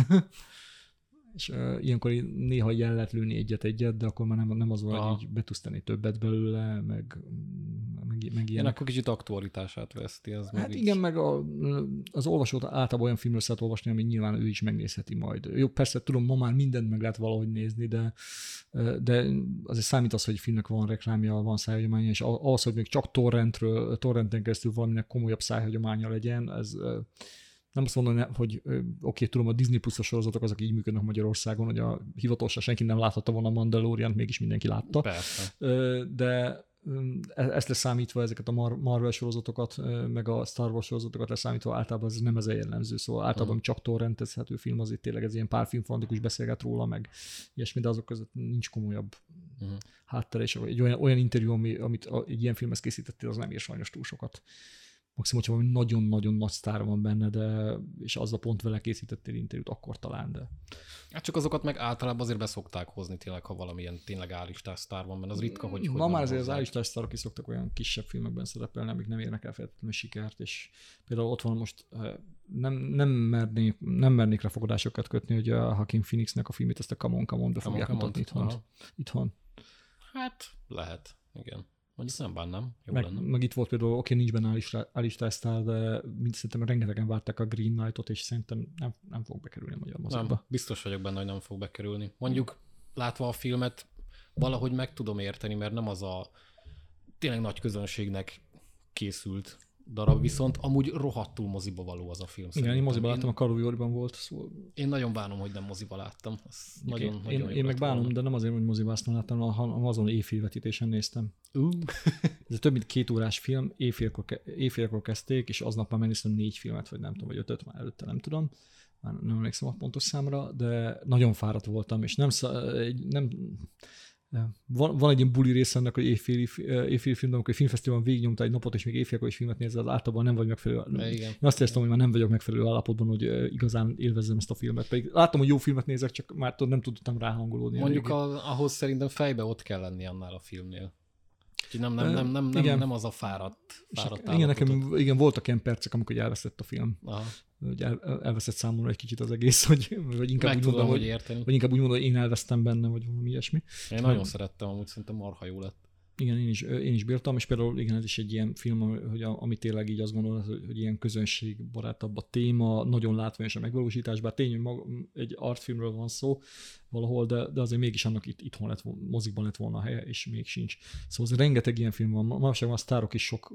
És uh, ilyenkor néha el lehet lőni egyet-egyet, de akkor már nem, nem az van, hogy így be tudsz tenni többet belőle, meg, meg, meg ilyen. Akkor kicsit aktualitását veszti. Az hát meg igen, így... meg a, az olvasót általában olyan filmről szeret olvasni, ami nyilván ő is megnézheti majd. Jó, persze tudom, ma már mindent meg lehet valahogy nézni, de, de azért számít az, hogy filmnek van reklámja, van szájhagyománya, és ahhoz, hogy még csak torrentről, torrenten keresztül valaminek komolyabb szájhagyománya legyen, ez... Nem azt mondom, hogy oké, okay, tudom, a Disney Plus-os sorozatok azok így működnek Magyarországon, hogy a hivatalosan senki nem láthatta volna a Mandaloriant, mégis mindenki látta. Persze. De ezt leszámítva, ezeket a Marvel sorozatokat, meg a Star Wars sorozatokat leszámítva, általában ez nem ez a jellemző. Szóval általában uh-huh. csak torrentezhető film, azért tényleg ez ilyen pár filmfanatikus beszélget róla, meg ilyesmi, de azok között nincs komolyabb uh-huh. háttere. És egy olyan, olyan interjú, ami, amit egy ilyen filmhez készítettél, az nem ér sajnos túl sokat. Maximum, hogyha valami nagyon-nagyon nagy sztár van benne, de és azzal pont vele készítettél interjút, akkor talán, de... Hát csak azokat meg általában azért beszokták hozni tényleg, ha valamilyen tényleg állistás sztár van benne. Az ritka, hogy... Ma már azért az állistás sztárok is szoktak olyan kisebb filmekben szerepelni, amik nem érnek el feltétlenül sikert, és például ott van most, nem, nem, mernék, nem mernék refogadásokat kötni, hogy a Joaquin Phoenixnek a filmét, ezt a Come On, Come On be fogják mutatni itthon. itthon. Hát lehet, igen. Mondjuk nem bánnám, jó meg, lenne. Meg itt volt például, oké, nincs benne állistás sztár, de mind szerintem rengetegen várták a Green Knight-ot, és szerintem nem, nem fog bekerülni a magyar mozikba. Nem, biztos vagyok benne, hogy nem fog bekerülni. Mondjuk látva a filmet valahogy meg tudom érteni, mert nem az a tényleg nagy közönségnek készült darab, viszont amúgy rohadtul moziba való az a film. Igen, szerintem. Én moziba láttam, a Karolóriban volt. Szóval... Én nagyon bánom, hogy nem moziba láttam. Okay. Nagyon, én nagyon én meg bánom, volna. De nem azért, hogy moziba azt nem láttam, hanem azon éjfélvetítésen néztem. Uh. Ez több mint két órás film, éjfélkor, éjfélkor kezdték, és aznap már megnéztem négy filmet, vagy nem tudom, vagy ötöt már előtte, nem tudom. Már nem emlékszem a pontos számra, de nagyon fáradt voltam, és nem, nem Van, van egy ilyen buli része ennek, hogy éjféli, éjféli film, amikor egy filmfesztiválon végignyomta egy napot, és még éjfélkor is filmet nézel, az általában nem vagy megfelelő. Igen. Én azt éreztem, hogy már nem vagyok megfelelő állapotban, hogy igazán élvezzem ezt a filmet. Pedig láttam, hogy jó filmet nézek, csak már nem tudtam ráhangolódni. Mondjuk a, ahhoz szerintem fejbe ott kell lenni annál a filmnél. Nem, nem, nem, nem, nem, nem az a fáradt, fáradt igen, nekem, igen, voltak ilyen percek, amikor elveszett a film. Aha. Hogy el, elveszett számomra egy kicsit az egész, hogy, vagy inkább, úgy tudom, mondom, hogy, érteni. vagy inkább úgy mondom, hogy én elvesztem benne, vagy valami ilyesmi. Én és nagyon meg... szerettem, amúgy szerintem marha jó lett. Igen, én is, én is bírtam, és például igen, ez is egy ilyen film, hogy a, ami tényleg így azt gondolod, hogy, hogy ilyen közönségbarátabb a téma, nagyon látványos a megvalósítás, bár tény, hogy maga, egy artfilmről van szó valahol, de, de azért mégis annak itt, itthon lett, mozikban lett volna a helye, és még sincs. Szóval az rengeteg ilyen film van. Manapság a sztárok is sok,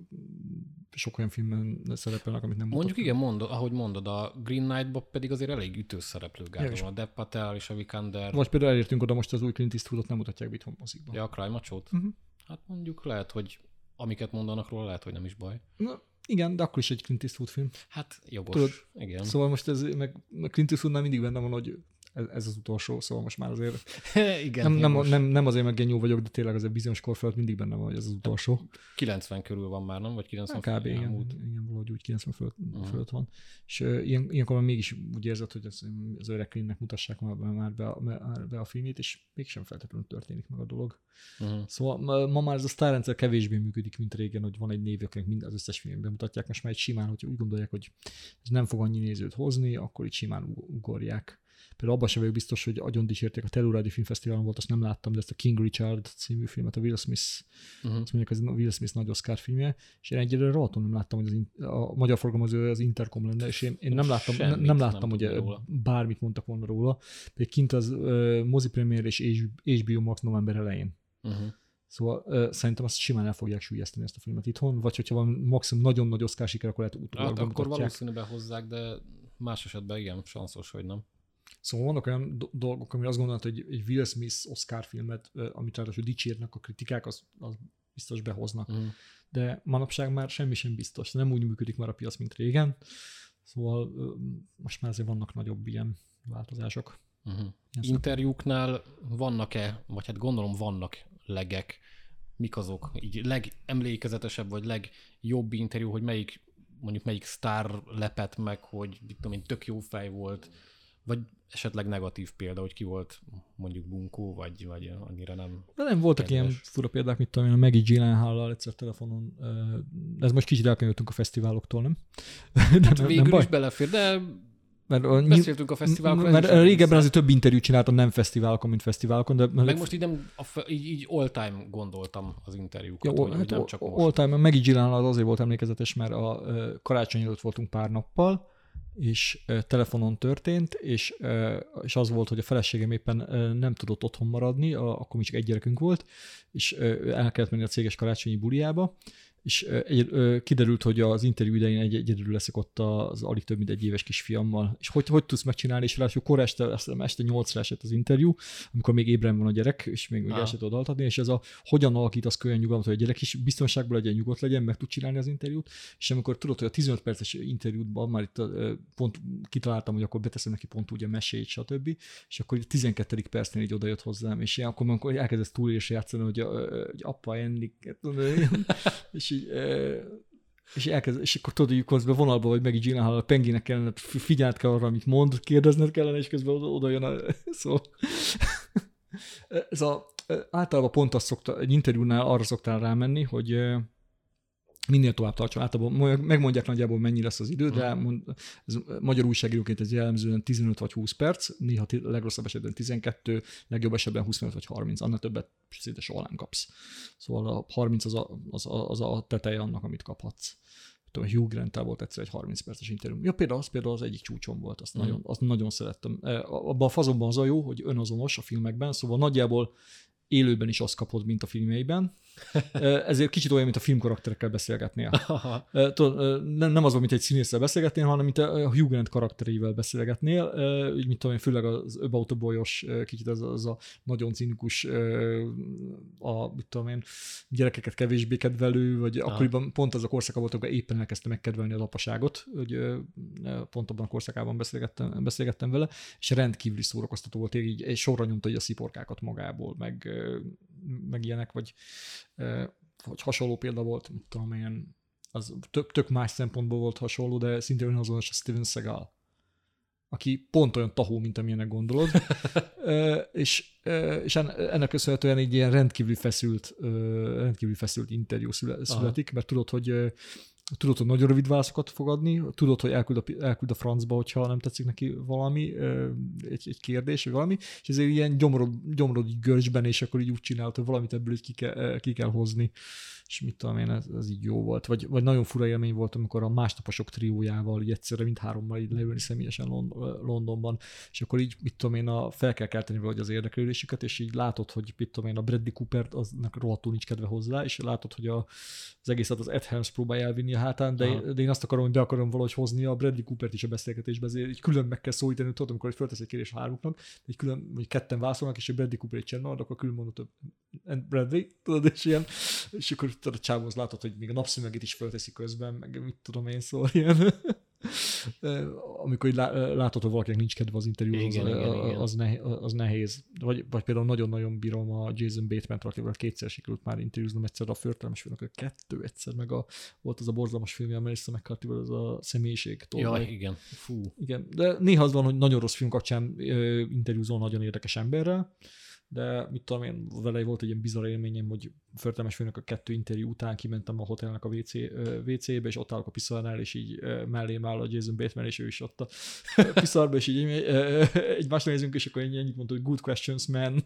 sok olyan filmben szerepelnek, amit nem mondjuk igen, mondod, ahogy mondod, a Green Knight-ban pedig azért elég ütős szereplőgárda van. A Dev Patel és a Vikander. Vagy például elértünk oda, most az új Clint Eastwoodot nem mutatják itthon mozikban. Ja, a Cry Macho-t? Uh-huh. Hát mondjuk lehet, hogy amiket mondanak róla, lehet, hogy nem is baj. Na, igen, de akkor is egy Clint Eastwood film. Hát jogos, tudod, igen. Szóval most ez, meg Clint Eastwoodnál mindig benne van, hogy ez, ez az utolsó, szóval most már azért igen, nem, nem, nem, nem azért meg genyó vagyok, de tényleg azért bizonyos kor felett mindig benne van, hogy ez az utolsó. kilencven körül van már, nem? Vagy kilencven kb. Fölött, Igen, igen, valahogy úgy kilencven fölött, uh-huh. fölött van. És uh, ilyen, ilyenkor már mégis úgy érzed, hogy az, az öreg Clintnek mutassák már, már be, a, be a filmét, és mégsem feltétlenül történik meg a dolog. Uh-huh. Szóval ma, ma már ez a sztárrendszer kevésbé működik, mint régen, hogy van egy név, akinek mind az összes filmben mutatják. Most már egy simán, hogyha úgy gondolják, hogy ez nem fog annyi nézőt hozni, akkor itt simán ugorják. Például abban sem vagyok biztos, hogy agyon dicsérték, a Telluride Filmfesztiválon volt, azt nem láttam, de ezt a King Richard című filmet, a Will Smith, uh-huh. azt mondják, ez a Will Smith nagy Oscar filmje, és én egyelőre rohadtul nem láttam, hogy az in- a magyar forgalmazó az Intercom lenne, és én, én nem láttam, Semmit, nem láttam, nem hogy róla. Bármit mondtak volna róla, pedig kint az uh, mozi premier és há bé o Max november elején. Uh-huh. Szóval uh, szerintem azt simán el fogják súlyeszteni ezt a filmet itthon, vagy hogyha van maximum nagyon nagy Oscar siker, akkor lehet utólag hát akkor valószínűleg hozzák, de más esetben igen, sanszos, hogy nem. Szóval vannak olyan do- dolgok, amire azt gondolod, hogy egy Will Smith Oscar filmet, amit ráadásul dicsérnek a kritikák, az, az biztos behoznak. Uh-huh. De manapság már semmi sem biztos. Nem úgy működik már a piac, mint régen. Szóval most már azért vannak nagyobb ilyen változások. Uh-huh. Interjúknál vannak-e, vagy hát gondolom vannak legek, mik azok, így legemlékezetesebb, vagy legjobb interjú, hogy melyik, mondjuk melyik sztár lepett meg, hogy mit tudom én, tök jó fej volt, vagy esetleg negatív példa, hogy ki volt mondjuk bunkó, vagy, vagy annyira nem. De nem voltak kedves. Ilyen fura példák, mit tudom én, a Maggie Gyllenhaal-lal egyszer telefonon, ez most kicsit elkanyarodtunk a fesztiváloktól, nem? Hát nem, végül nem is belefér, de mert beszéltünk a fesztiválokról. Mert régebben azért több interjút csináltam, nem fesztiválokon, mint fesztiválokon. De meg most így, nem, így, így all-time gondoltam az interjúkat, ja, hogy, hát hogy nem csak most. All-time, Maggie Gyllenhaal az azért volt emlékezetes, mert a karácsony előtt voltunk pár nappal, és uh, telefonon történt, és, uh, és az volt, hogy a feleségem éppen uh, nem tudott otthon maradni, a, akkor mi csak egy gyerekünk volt, és uh, el kellett menni a céges karácsonyi buliába, és uh, egy, uh, kiderült, hogy az interjú idején egy, egyedül leszek ott az alig több mint egy éves kisfiammal. És hogy, hogy tudsz megcsinálni, és ráadásul kor este, este nyolcra esett az interjú, amikor még ébren van a gyerek, és még, még el sem tudod altatni, és ez a hogyan alakítasz olyan nyugalmat, hogy a gyerek is biztonságban legyen, nyugodt legyen, meg tud csinálni az interjút, és amikor tudod, hogy a tizenöt perces interjútban már itt uh, pont kitaláltam, hogy akkor beteszem neki pont úgy a mesét, stb. És akkor a tizenkettedik percnél így odajött hozzám, és ilyen, akkor, akkor elkezdett túlélésre játszani, hogy, uh, hogy apa enni, és így, uh, és, elkezd, és akkor tudod, hogy közben vonalba vagy Maggie Gyllenhaal, a Penginek kellene, figyelt kell arra, amit mond, kérdezned kellene, és közben oda, oda jön a... Szóval... Ez a, általában pont azt szokta, egy interjúnál arra szoktál rámenni, hogy minél tovább tartson. Általában megmondják nagyjából, mennyi lesz az idő, de mond, ez magyar újságíróként ez jellemzően tizenöt vagy húsz perc, néha legrosszabb esetben tizenkettő, legjobb esetben huszonöt vagy harminc, annál többet szinte soha nem kapsz. Szóval a harminc az a, az a, az a teteje annak, amit kaphatsz. A Hugh Grant-tel volt egyszer egy harminc perces interjú. Ja, például az, például az egyik csúcsom volt, azt, mm. nagyon, azt nagyon szerettem. Abban a fazonban az a jó, hogy önazonos a filmekben, szóval nagyjából élőben is azt kapod, mint a filmjeiben. Ezért kicsit olyan, mint a filmkarakterekkel beszélgetnél. Nem, nem az van, mint egy színésszel beszélgetnél, hanem mint a Hugh Grant karaktereivel beszélgetnél. Úgy, mint tudom én, főleg az About a Boy-os, kicsit az, az a nagyon cinikus, a, mit tudom én, gyerekeket kevésbé kedvelő, vagy ah. akkoriban pont az a korszaka volt, amikor éppen elkezdte megkedvelni az apaságot, hogy pont abban a korszakában beszélgettem, beszélgettem vele, és rendkívüli szórakoztató volt, így egy sorra nyomta így a sziporkákat magából, meg meg ilyenek, vagy, vagy hasonló példa volt, tudom én, az tök, tök más szempontból volt hasonló, de szintén azonos a Steven Seagal, aki pont olyan tahó, mint amilyenek gondolod, és, és ennek köszönhetően egy ilyen rendkívül feszült, rendkívül feszült interjú születik, mert tudod, hogy Tudod, hogy nagyon rövid válaszokat fog adni, tudod, hogy elküld a, elküld a francba, hogyha nem tetszik neki valami, egy, egy kérdés, vagy valami, és ezért ilyen gyomrod, gyomrod így görcsben, és akkor így úgy csinált, hogy valamit ebből így ki kell, ki kell hozni, és mit tudom én, ez, ez így jó volt. Vagy, vagy nagyon fura élmény volt, amikor a másnaposok triójával így egyszerre mindhárommal így leülni személyesen Londonban, és akkor így, mit tudom én, a, fel kell kelteni valahogy az érdeklődésüket, és így látod, hogy mit tudom én, a Bradley Cooper aznak rohadtul nincs kedve hozzá, és látod, hogy a, az egészet az Ed Helms próbálja elvinni a hátán, de, de én azt akarom, hogy be akarom valahogy hozni a Bradley Coopert is a beszélgetésbe, ezért így külön meg kell szólítani, tudod, amikor föltesz egy kérdés a hármuknak, egy külön, vagy ketten válaszolnak, és a Bradley Cooper egy csendben, akkor külön mondod, and Bradley, tudod, és ilyen, és akkor tudod, a csávóhoz látod, hogy még a napszemüvegét is fölteszi közben, meg mit tudom én, szóval ilyen. Amikor látod, hogy valakinek nincs kedve az interjúhoz, az, az, az, nehéz, az nehéz. Vagy, vagy például nagyon-nagyon bírom a Jason Bateman-t, akivel kétszer sikerült már interjúznom, egyszer a Förtelmes filmnek, a kettő egyszer, meg a, volt az a borzalmas filmje, Melissa McCarthy-vel, az a személyiség. Jaj, igen. Fú. Igen. De néha az van, hogy nagyon rossz film kapcsán interjúzol nagyon érdekes emberrel, de mit tudom én, vele volt egy ilyen bizarr élményem, hogy Förtelmes főnök a kettő interjú után kimentem a hotelnek a vé cébe, és ott állok a piszarnál, és így mellém áll a Jason Bateman, és ő is ott a piszarba, és így egymásra nézünk, és akkor ennyit mondta, hogy good questions, man.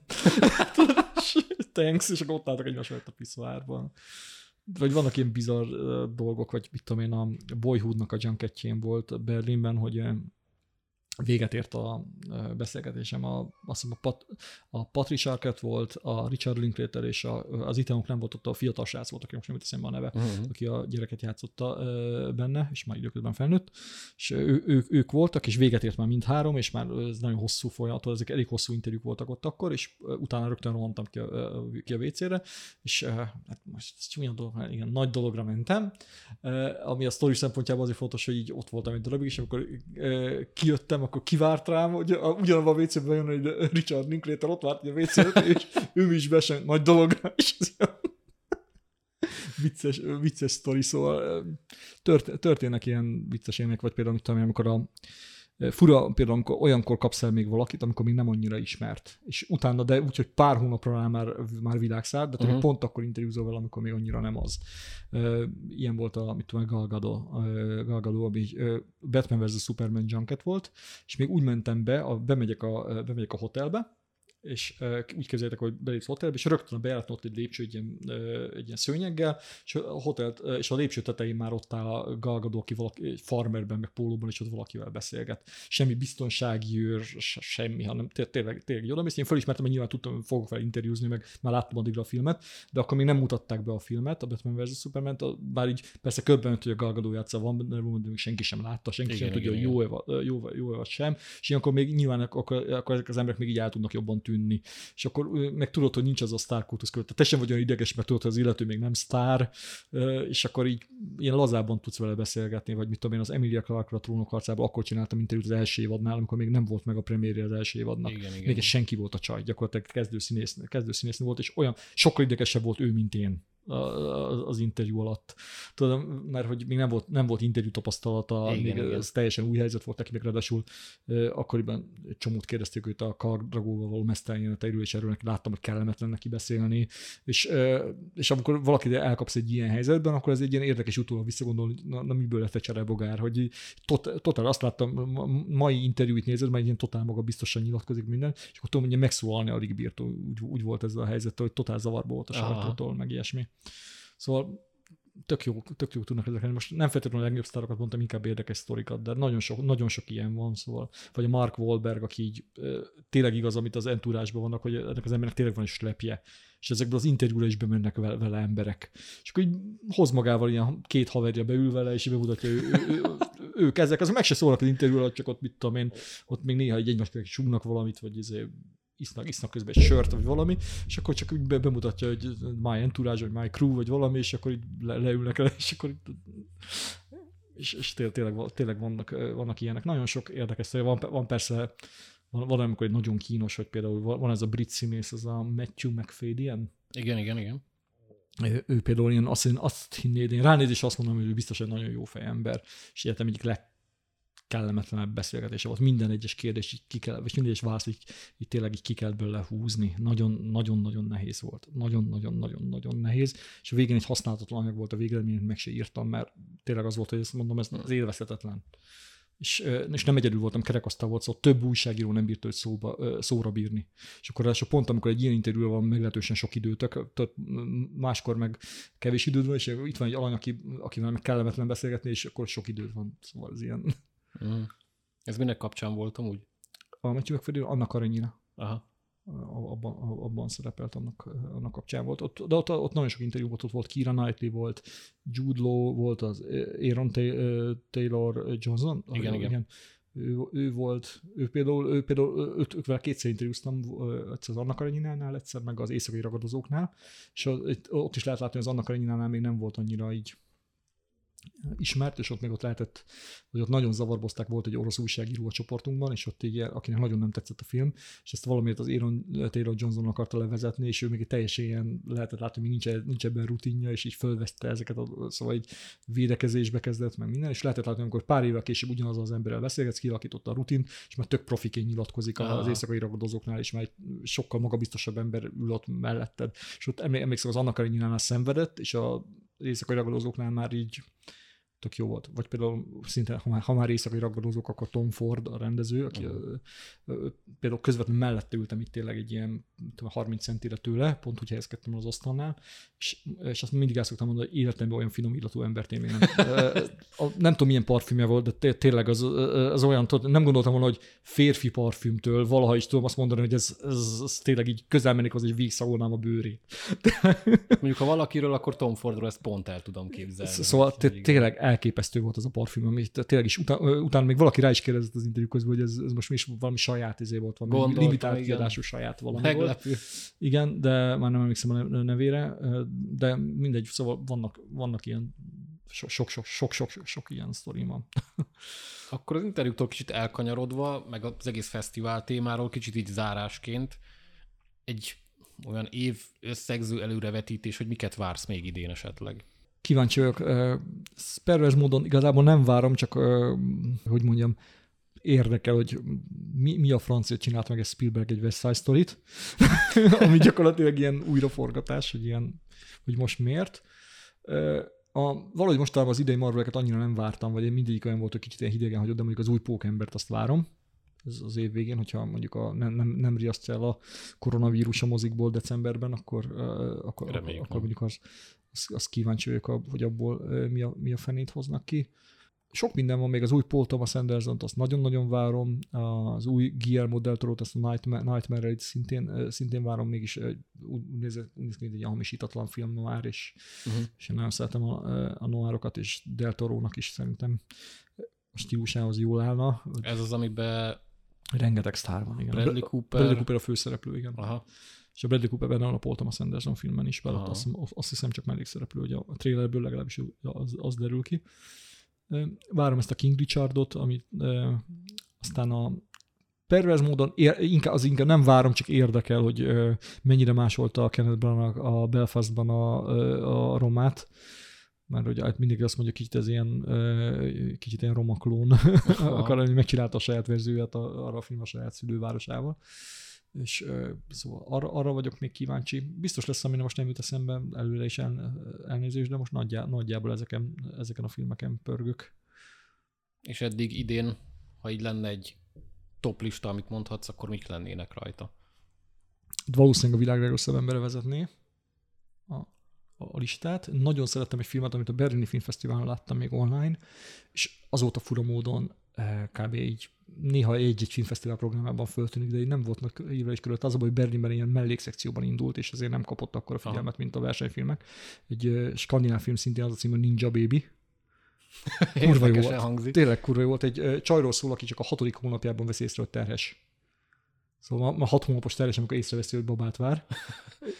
Thanks, és akkor ott álltak egymás mellett a piszarban. Vagy vannak ilyen bizarr dolgok, vagy mit tudom én, a Boyhoodnak a junketjén volt Berlinben, hogy véget ért a beszélgetésem. A, azt hiszem a, Pat, a Patricia Arquette volt, a Richard Linklater és a, az Ethan nem volt ott, a fiatal srác volt, aki most nem jut eszembe a neve, uh-huh. aki a gyereket játszotta benne, és már időközben felnőtt, és ő, ő, ők voltak, és véget ért már mindhárom, és már ez nagyon hosszú folyamat, ezek elég hosszú interjúk voltak ott akkor, és utána rögtön rohantam ki a, ki a vé cére, és hát most ez csúnya dolog, igen, nagy dologra mentem, ami a sztori szempontjából azért fontos, hogy így ott voltam egy darabig, és amikor kijöttem, akkor kivárt rám, hogy ugyanabban a vé cében jön, hogy Richard Linklater ott várt a vé cében, és ő is besem nagy dologra, és ez ilyen vicces, vicces sztori, szóval tört, történnek ilyen vicces élmények, vagy például, mit tudom, amikor a fura, például amikor olyankor kapsz el még valakit, amikor még nem annyira ismert, és utána, de úgy, hogy pár hónapra rá már, már világszár, de uh-huh. pont akkor interjúzol vele, amikor még annyira nem az. Ilyen volt a, mit tudom, Gal Gadot, Gal Gadot, ami Batman versus. Superman junket volt, és még úgy mentem be, a, bemegyek, a, bemegyek a hotelbe, és uh, úgy képzeljétek, hogy belépsz a hotelbe, és rögtön a bejáraton ott egy lépcső egy ilyen, uh, egy ilyen szőnyeggel, és a, hotelt, uh, és a lépcső tetején már ott áll a Gal Gadot, aki valaki, egy farmerben, meg pólóban, és ott valakivel beszélget. Semmi biztonsági őr, semmi, hanem tényleg, tényleg egy odamész. Én felismertem, hogy nyilván tudtam, hogy fogok vele interjúzni, meg már láttam addigra a filmet, de akkor még nem mutatták be a filmet, a Batman versus. Superman, bár így persze körbenött, hogy a Gal Gadot játsza van, de még senki sem látta, senki igen, sem tudja, hogy jó-e, jó-e, jó-e vagy sem, és ilyenkor még nyilván akkor, akkor ezek az emberek még így el tudnak jobban tűnni. És akkor meg tudod, hogy nincs az a sztárkultusz körül. Te sem vagy olyan ideges, mert tudod, hogy az illető még nem sztár, és akkor így ilyen lazában tudsz vele beszélgetni, vagy mit tudom én, az Emilia Clarke-ra a Trónok harcában akkor csináltam interjút az első évadnál, amikor még nem volt meg a premiérje az első évadnak. Igen, még igen. Senki volt a csaj, gyakorlatilag kezdőszínésznő, kezdőszínésznő volt, és olyan sokkal idegesebb volt ő, mint én az interjú alatt. Tudom, mert hogy még nem volt, nem volt interjú tapasztalata, igen, még igen. Ez teljesen új helyzet volt neki, meg ráadásul akkoriban egy csomót kérdezték őt a Kardragóval való mesztelenjeleteiről, és erről neki láttam, hogy kellemetlen neki beszélni, és, és amikor valaki elkapsz egy ilyen helyzetben, akkor ez egy ilyen érdekes utólag visszagondolni, na, na miből lett egy cserebogár, hogy tot, totál azt láttam, mai interjúit nézed, mert egy ilyen totál maga biztosan nyilatkozik minden, és akkor tudom, hogy megszólalni alig bírt, úgy, úgy volt ez a helyzet, hogy totál zavarba volt a sajtótól, meg ilyesmi. Szóval tök jó, tök jó tudnak ezek lenni. Most nem feltétlenül a legnagyobb sztárokat mondtam, inkább érdekes sztorikat, de nagyon sok, nagyon sok ilyen van, szóval. Vagy a Mark Wahlberg, aki így tényleg igaz, amit az entourage-ban vannak, hogy ennek az embernek tényleg van egy slepje, és ezekből az interjúra is bemennek vele, vele emberek. És akkor így hoz magával ilyen két haverja beül vele, és bemutatja, ő, ő, ő, ő, ők ezek, azok meg se szólnak az interjúra, csak ott mit tudom én, ott még néha egy egymásnak súgnak valamit, vagy izé, isznak, isznak közben egy sört, vagy valami, és akkor csak úgy bemutatja, hogy my entourage, vagy my crew, vagy valami, és akkor így le, leülnek el, és akkor így, és, és tényleg, tényleg vannak, vannak ilyenek. Nagyon sok érdekes szó. Van, van persze, van, van amikor egy nagyon kínos, hogy például van ez a brit színész, az a Matthew McFadyen, Igen, igen, igen. Ő, ő például én azt, azt hinnéd, én ránézés azt mondom, hogy ő biztos egy nagyon jó fejember, és életem egyik legkellemetlenebb beszélgetése volt. Minden egyes kérdés, így ki kell, vagy minden egyes válasz, így, így tényleg így ki kell belőle húzni. Nagyon-nagyon-nagyon nehéz volt. Nagyon-nagyon-nagyon-nagyon nehéz. És a végén egy használhatatlan anyag volt a végeredményt, meg se írtam, mert tényleg az volt, hogy ezt mondom, ez az élvezhetetlen. És, és nem egyedül voltam, kerekasztal volt, szóval több újságíró nem bírt őt szóba, szóra bírni. És akkor az a pont, amikor egy ilyen interjúra van meglehetősen sok idő, tök, tök, máskor meg kevés időd van, és itt van egy alany, aki, akivel meg kellemetlen beszélgetni, és akkor sok időd van. Szóval ez ilyen. Mm. Ez minek kapcsán voltam úgy? A Matthew McFadden, Anna Karenina. Aha. Abban, abban szerepelt, annak, annak kapcsán volt. Ott, de ott, ott nagyon sok interjú volt, ott volt Keira Knightley, volt Jude Law, volt az Aaron Taylor Johnson. Igen, igen. igen. Ő, ő volt, ő például, ő például őt, őt vele kétszer interjúztam, egyszer az Anna Kareninánál, egyszer meg az Éjszakai Ragadozóknál, és ott is lehet látni, hogy az Anna Kareninánál még nem volt annyira így ismert, és ott még ott lehetett, hogy ott nagyon zavarbozták, volt egy orosz újságíró a csoportunkban, és ott így, akinek nagyon nem tetszett a film, és ezt valamiért az Aaron Taylor Johnson akarta levezetni, és ő még egy teljesen ilyen lehetett látni, hogy nincs, nincs ebben rutinja, és így fölveszte ezeket, a, szóval így védekezésbe kezdett, meg minden, és lehetett látni, amikor pár évvel később ugyanaz az emberrel beszélgetsz, kialakította a rutint, és már tök profiként nyilatkozik az Aha. Éjszakai Ragadozóknál, és már egy sokkal magabiztosabb ember ül ott melletted. És ott emlékszem, az Anna Kareninánál szenvedett, és a Éjszakai Ragadozóknál már így tök jó volt. Vagy például szinte, ha már, ha már éjszakai ragadozók, akkor Tom Ford a rendező, aki uh-huh. ö, ö, például közvetlenül mellette ültem itt tényleg egy ilyen tudom, harminc centire tőle, pont úgy helyezkedtem az asztalnál, és, és azt mindig el szoktam mondani, hogy életemben olyan finom illatú embert én még nem. Nem tudom, milyen parfümje volt, de tényleg az, az olyan, nem gondoltam volna, hogy férfi parfümtől valaha is tudom azt mondani, hogy ez, ez, ez tényleg így közel mennék az, hogy végigszagolnám a bőrét. Mondjuk, ha valakiről, akkor Tom Fordról ezt pont el tudom képzelni. Szóval tényleg elképesztő volt az a parfüm, ami tényleg is utána, utána még valaki rá is kérdezett az interjú közben, hogy ez, ez most mi is valami saját izé volt, valami Gondoltam, limitált kiadású saját valami Meglepő. volt. Igen, de már nem emlékszem a nevére, de mindegy, szóval vannak, vannak ilyen sok-sok-sok ilyen sztorim van. Akkor az interjúktól kicsit elkanyarodva, meg az egész fesztivál témáról kicsit így zárásként egy olyan év összegző előrevetítés, hogy miket vársz még idén esetleg? Kíváncsi vagyok. Pervers módon igazából nem várom, csak hogy mondjam, érdekel, hogy mi, mi a francia csinált meg egy Spielberg egy West Side Story-t, ami gyakorlatilag ilyen újraforgatás, hogy, ilyen, hogy most miért. A, valahogy mostanában az idei Marveleket annyira nem vártam, vagy én mindegyik olyan volt, hogy kicsit ilyen hidegen hagyott, de mondjuk az új Pókembert azt várom. Ez az év végén, hogyha mondjuk a, nem, nem, nem riasztja el a koronavírus a mozikból decemberben, akkor, uh, akkor, akkor mondjuk az, az, az kíváncsi vagyok, hogy abból uh, mi, a, mi a fenét hoznak ki. Sok minden van, még az új Paul Thomas Andersont, azt nagyon-nagyon várom, az új Guillermo del Toro-t, azt a Nightmare, Nightmare-et szintén, szintén várom, mégis úgy néz ki, mint egy hamisítatlan film noir, és, uh-huh. és én nagyon szeretem a, a noirokat, és del Torónak is szerintem a stílusához jól állna. Ez az, amiben rengeteg sztár van, igen. Bradley Cooper. Bradley Cooper a főszereplő, igen. Aha. És a Bradley Cooper benne van a Paul Thomas Anderson filmben is, bele azt, azt hiszem csak mellékszereplő, hogy a, a trailerből legalábbis az, az derül ki. Várom ezt a King Richardot, amit e, aztán a pervers módon ér, inkább, az inkább nem várom, csak érdekel, hogy e, mennyire másolta a Kenneth Branagh a Belfastban a, a romát. Mert ugye mindig azt mondja, kicsit ez ilyen, kicsit ilyen romaklón akar lenni, megcsinálta a saját verzióját arra a film a saját szülővárosával. És szóval arra, arra vagyok még kíváncsi. Biztos lesz, amire most nem jut eszembe, előre is el, elnézés, de most nagyjá, nagyjából ezeken, ezeken a filmeken pörgök. És eddig idén, ha így lenne egy top lista, amit mondhatsz, akkor mik lennének rajta? Valószínűleg a világ legrosszabb embere vezetné a, a listát. Nagyon szerettem egy filmet, amit a Berlini Filmfesztiválon láttam még online, és azóta fura módon kb. Így néha egy-egy filmfesztivál programjában föltűnik, de így nem volt írva is körülött. Az a baj, hogy Berlinben ilyen mellékszekcióban indult, és azért nem kapott akkor a figyelmet, Aha. mint a versenyfilmek. Egy uh, skandináv film szintén az a cím, hogy Ninja Baby. Kurva jó volt. Hangzik. Tényleg kurva jó volt. Egy uh, csajról szól, aki csak a hatodik hónapjában veszi észre, hogy terhes. Szóval ma, ma hat hónapos terhes, amikor észreveszi, hogy babát vár.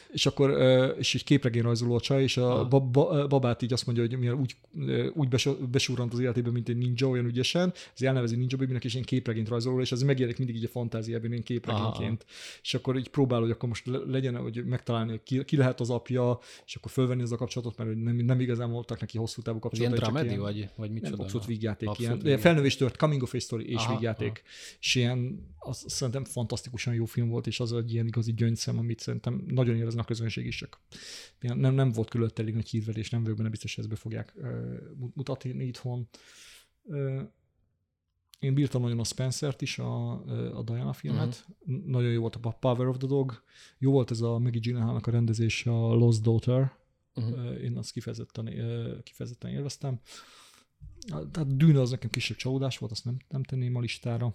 és akkor és egy képregény rajzoló a csaj, és a babát így azt mondja, hogy milyen úgy, úgy besúrant az életében, mint egy ninja, olyan ügyesen, ez elnevezi Ninja Babynek, és én képregényt rajzoló, és az megjelenik mindig így a fantáziában, én képregényként. És akkor így próbál, hogy akkor most legyen, hogy megtalálni, hogy ki, ki lehet az apja, és akkor fölvenni az a kapcsolatot, mert nem, nem igazán voltak neki hosszú távú kapcsolatot. Ilyen dramedy, vagy, vagy micsoda? Nem, abszolút vígjáték. Abszolút ilyen, felnövés tört, coming of age story és aha, vígjáték. Aha. És ilyen, az szerintem fantasztikusan jó film volt, és az egy ilyen igazi gyöngyszem, amit szerintem nagyon éreznek a közönség is, csak nem, nem volt különött elég nagy hírverés, nem vagyok benne biztos, hogy ezt be fogják uh, mutatni itthon. Uh, én bírtam nagyon a Spencert is, a, a Diana filmet. Uh-huh. Nagyon jó volt a Power of the Dog. Jó volt ez a Maggie Gyllenhaalnak a rendezés, a Lost Daughter. Uh-huh. Én azt kifejezetten, kifejezetten élveztem. Tehát Dűne az nekem kisebb csalódás volt, azt nem, nem tenném a listára.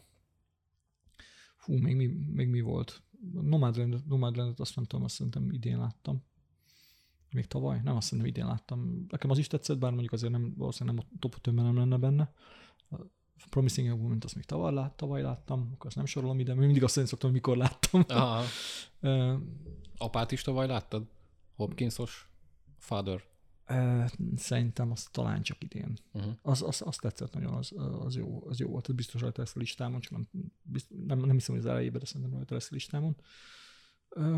Fú, még mi, még mi volt? Nomadland, Nomadlandet azt nem tudom, azt szerintem idén láttam. Még tavaly? Nem, azt szerintem idén láttam. Nekem az is tetszett, bár mondjuk azért nem, valószínűleg nem a top ötvenben nem lenne benne. A Promising Young Woman-t azt még tavaly, lát, tavaly láttam, akkor azt nem sorolom ide, mert mindig azt szerint szoktam, mikor láttam. Aha. uh, Apát is tavaly láttad? Hopkinsos Father? Uh, szerintem azt talán csak idén. Uh-huh. Az, az, az tetszett nagyon, az, az, jó, az jó volt. Biztos rajta lesz a listámon, csak nem, biztos, nem, nem hiszem, hogy az elejében, de szerintem rajta lesz a listámon. Uh,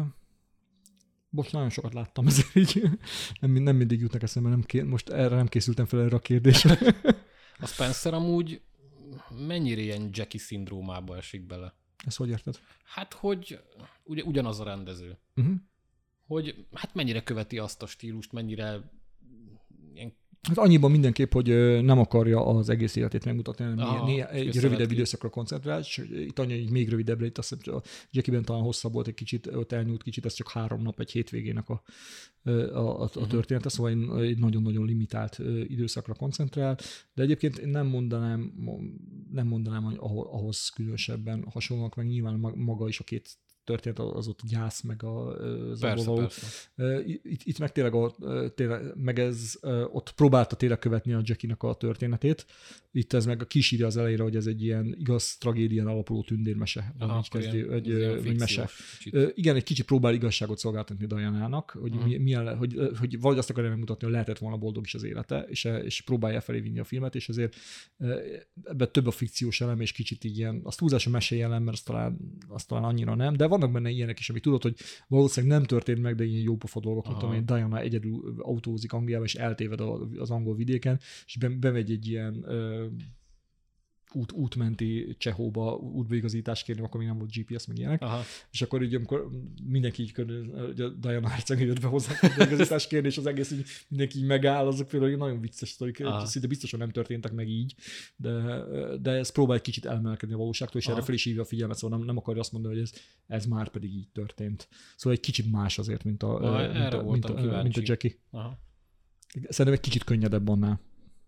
Most nagyon sokat láttam, ezért így nem, nem mindig jutnak eszembe, nem ké, most erre nem készültem fel erre a kérdésre. A Spencer amúgy mennyire ilyen Jackie szindrómába esik bele? Ezt hogy érted? Hát, hogy ugye, ugyanaz a rendező. Uh-huh. Hogy hát mennyire követi azt a stílust, mennyire ilyen... Hát annyiban mindenképp, hogy nem akarja az egész életét megmutatni, hanem aha, néha, egy rövidebb időszakra koncentrál, és itt annyi, hogy még rövidebbre, itt azt hiszem, a Jackie-ben talán hosszabb volt egy kicsit, ott elnyúlt kicsit, ez csak három nap, egy hétvégének a, a, a, a története, szóval egy nagyon-nagyon limitált időszakra koncentrál, de egyébként én nem mondanám, nem mondanám, hogy ahhoz különösebben hasonlóak, meg nyilván maga is a két történet, az ott gyász, meg a zaboló. Itt, itt meg tényleg, a, tényleg meg ez, ott próbálta tényleg követni a Jackie-nak a történetét. Itt ez meg kisírja az elejére, hogy ez egy ilyen igaz tragédián alapuló tündérmese. Aha, így kezdi, ilyen, egy, egy mese. Kicsit. Igen, egy kicsit próbál igazságot szolgáltatni Diana-nak, hogy, uh-huh. mi, milyen, hogy, hogy valahogy azt akarja megmutatni, hogy lehetett volna boldog is az élete, és, és próbálja felé vinni a filmet, és ezért ebben több a fikciós elem, és kicsit így ilyen, az túlzás a mesei elem, mert azt talán, azt talán annyira nem, de vannak benne ilyenek is, ami tudod, hogy valószínűleg nem történt meg, de ilyen jópofa dolgok, mint amilyen Diana egyedül autózik Angliába, és eltéved az angol vidéken, és bemegy egy ilyen uh, út, útmenti Csehóba útbeigazítást kérni, akkor még nem volt gé pé es, meg ilyenek. Aha. És akkor így, amikor mindenki így körül, Diana herceg jött be hozzá útbeigazítást kérni, és az egész így mindenki így megáll, azok például nagyon vicces sztorik, szinte biztosan nem történtek meg így, de, de ez próbál egy kicsit elemelkedni a valóságtól, és aha. erre fel is hívja a figyelmet, szóval nem, nem akarja azt mondani, hogy ez, ez már pedig így történt. Szóval egy kicsit más azért, mint a, Na, mint a, mint a, mint a Jackie. Aha. Szerintem egy kicsit könnyedebb annál.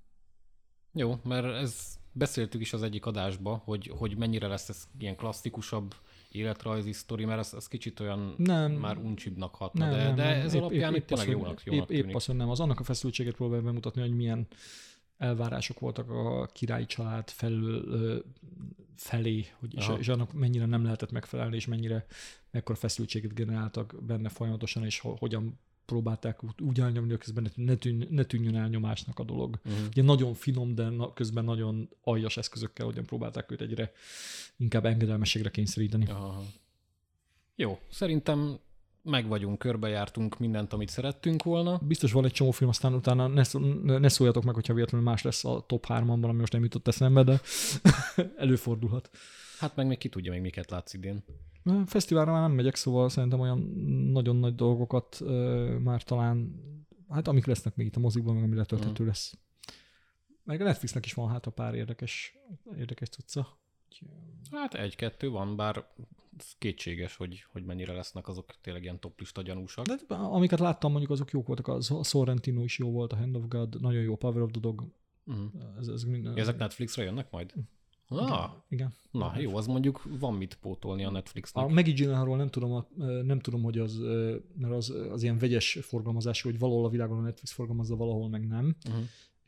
Jó, mert ez beszéltük is az egyik adásba, hogy, hogy mennyire lesz ez ilyen klasszikusabb életrajzi sztori, mert ez, ez kicsit olyan nem, már uncsibbnak hatna, nem, de, nem, de ez épp, alapján épp, itt tényleg jónak, jónak épp, épp azt, hogy nem, az annak a feszültséget próbálja bemutatni, hogy milyen elvárások voltak a királyi család felül, felé, hogy és, és annak mennyire nem lehetett megfelelni, és mennyire mekkora feszültséget generáltak benne folyamatosan, és hogyan próbálták úgy elnyomni, hogy közben ne, tűn, ne tűnjön el nyomásnak a dolog. Uh-huh. Ugye nagyon finom, de na, közben nagyon aljas eszközökkel, hogyan próbálták őt egyre inkább engedelmességre kényszeríteni. Aha. Jó, szerintem meg vagyunk, körbejártunk mindent, amit szerettünk volna. Biztos van egy csomó film, aztán utána ne, ne szóljatok meg, hogyha véletlenül más lesz a top hármanban, ami most nem jutott eszembe, de előfordulhat. Hát meg még ki tudja, még miket látsz idén. Fesztiválra már nem megyek, szóval szerintem olyan nagyon nagy dolgokat uh, már talán, hát amik lesznek még itt a mozikban, meg ami letölthető mm. lesz. Meg a Netflixnek is van hát a pár érdekes, érdekes cucca. Hát egy-kettő van, bár kétséges, hogy, hogy mennyire lesznek azok tényleg ilyen toplista gyanúsak. De amiket láttam, mondjuk azok jók voltak, a Sorrentino is jó volt, a Hand of God, nagyon jó, Power of the Dog. Mm. Ez, ez minden... Ezek Netflixre jönnek majd? Ah, igen, igen. Na jó, az mondjuk van mit pótolni a Netflixnek. A Maggie Gyllenhaalról nem tudom, nem tudom, hogy az, mert az, az ilyen vegyes forgalmazás, hogy valahol a világon a Netflix forgalmazza, valahol meg nem. Uh-huh.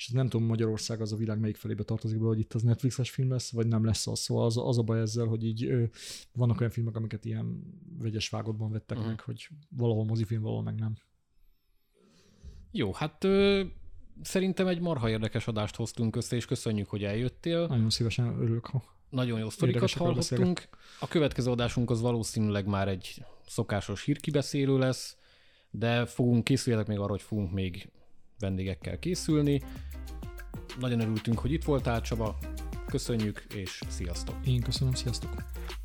és nem tudom, Magyarország az a világ melyik felébe tartozik be, hogy itt az Netflixes film lesz, vagy nem lesz az. Szóval az, az a baj ezzel, hogy így ö, vannak olyan filmek, amiket ilyen vegyes vágotban vettek uh-huh. meg, hogy valahol mozifilm, valahol meg nem. Jó, hát ö, szerintem egy marha érdekes adást hoztunk össze, és köszönjük, hogy eljöttél. Nagyon szívesen örülök, ha Nagyon jó sztorikat hallottunk. A következő adásunk az valószínűleg már egy szokásos hírkibeszélő lesz, de fogunk készüljetek még arra, hogy fogunk még vendégekkel készülni. Nagyon örültünk, hogy itt voltál, Csaba. Köszönjük, és sziasztok! Én köszönöm, sziasztok!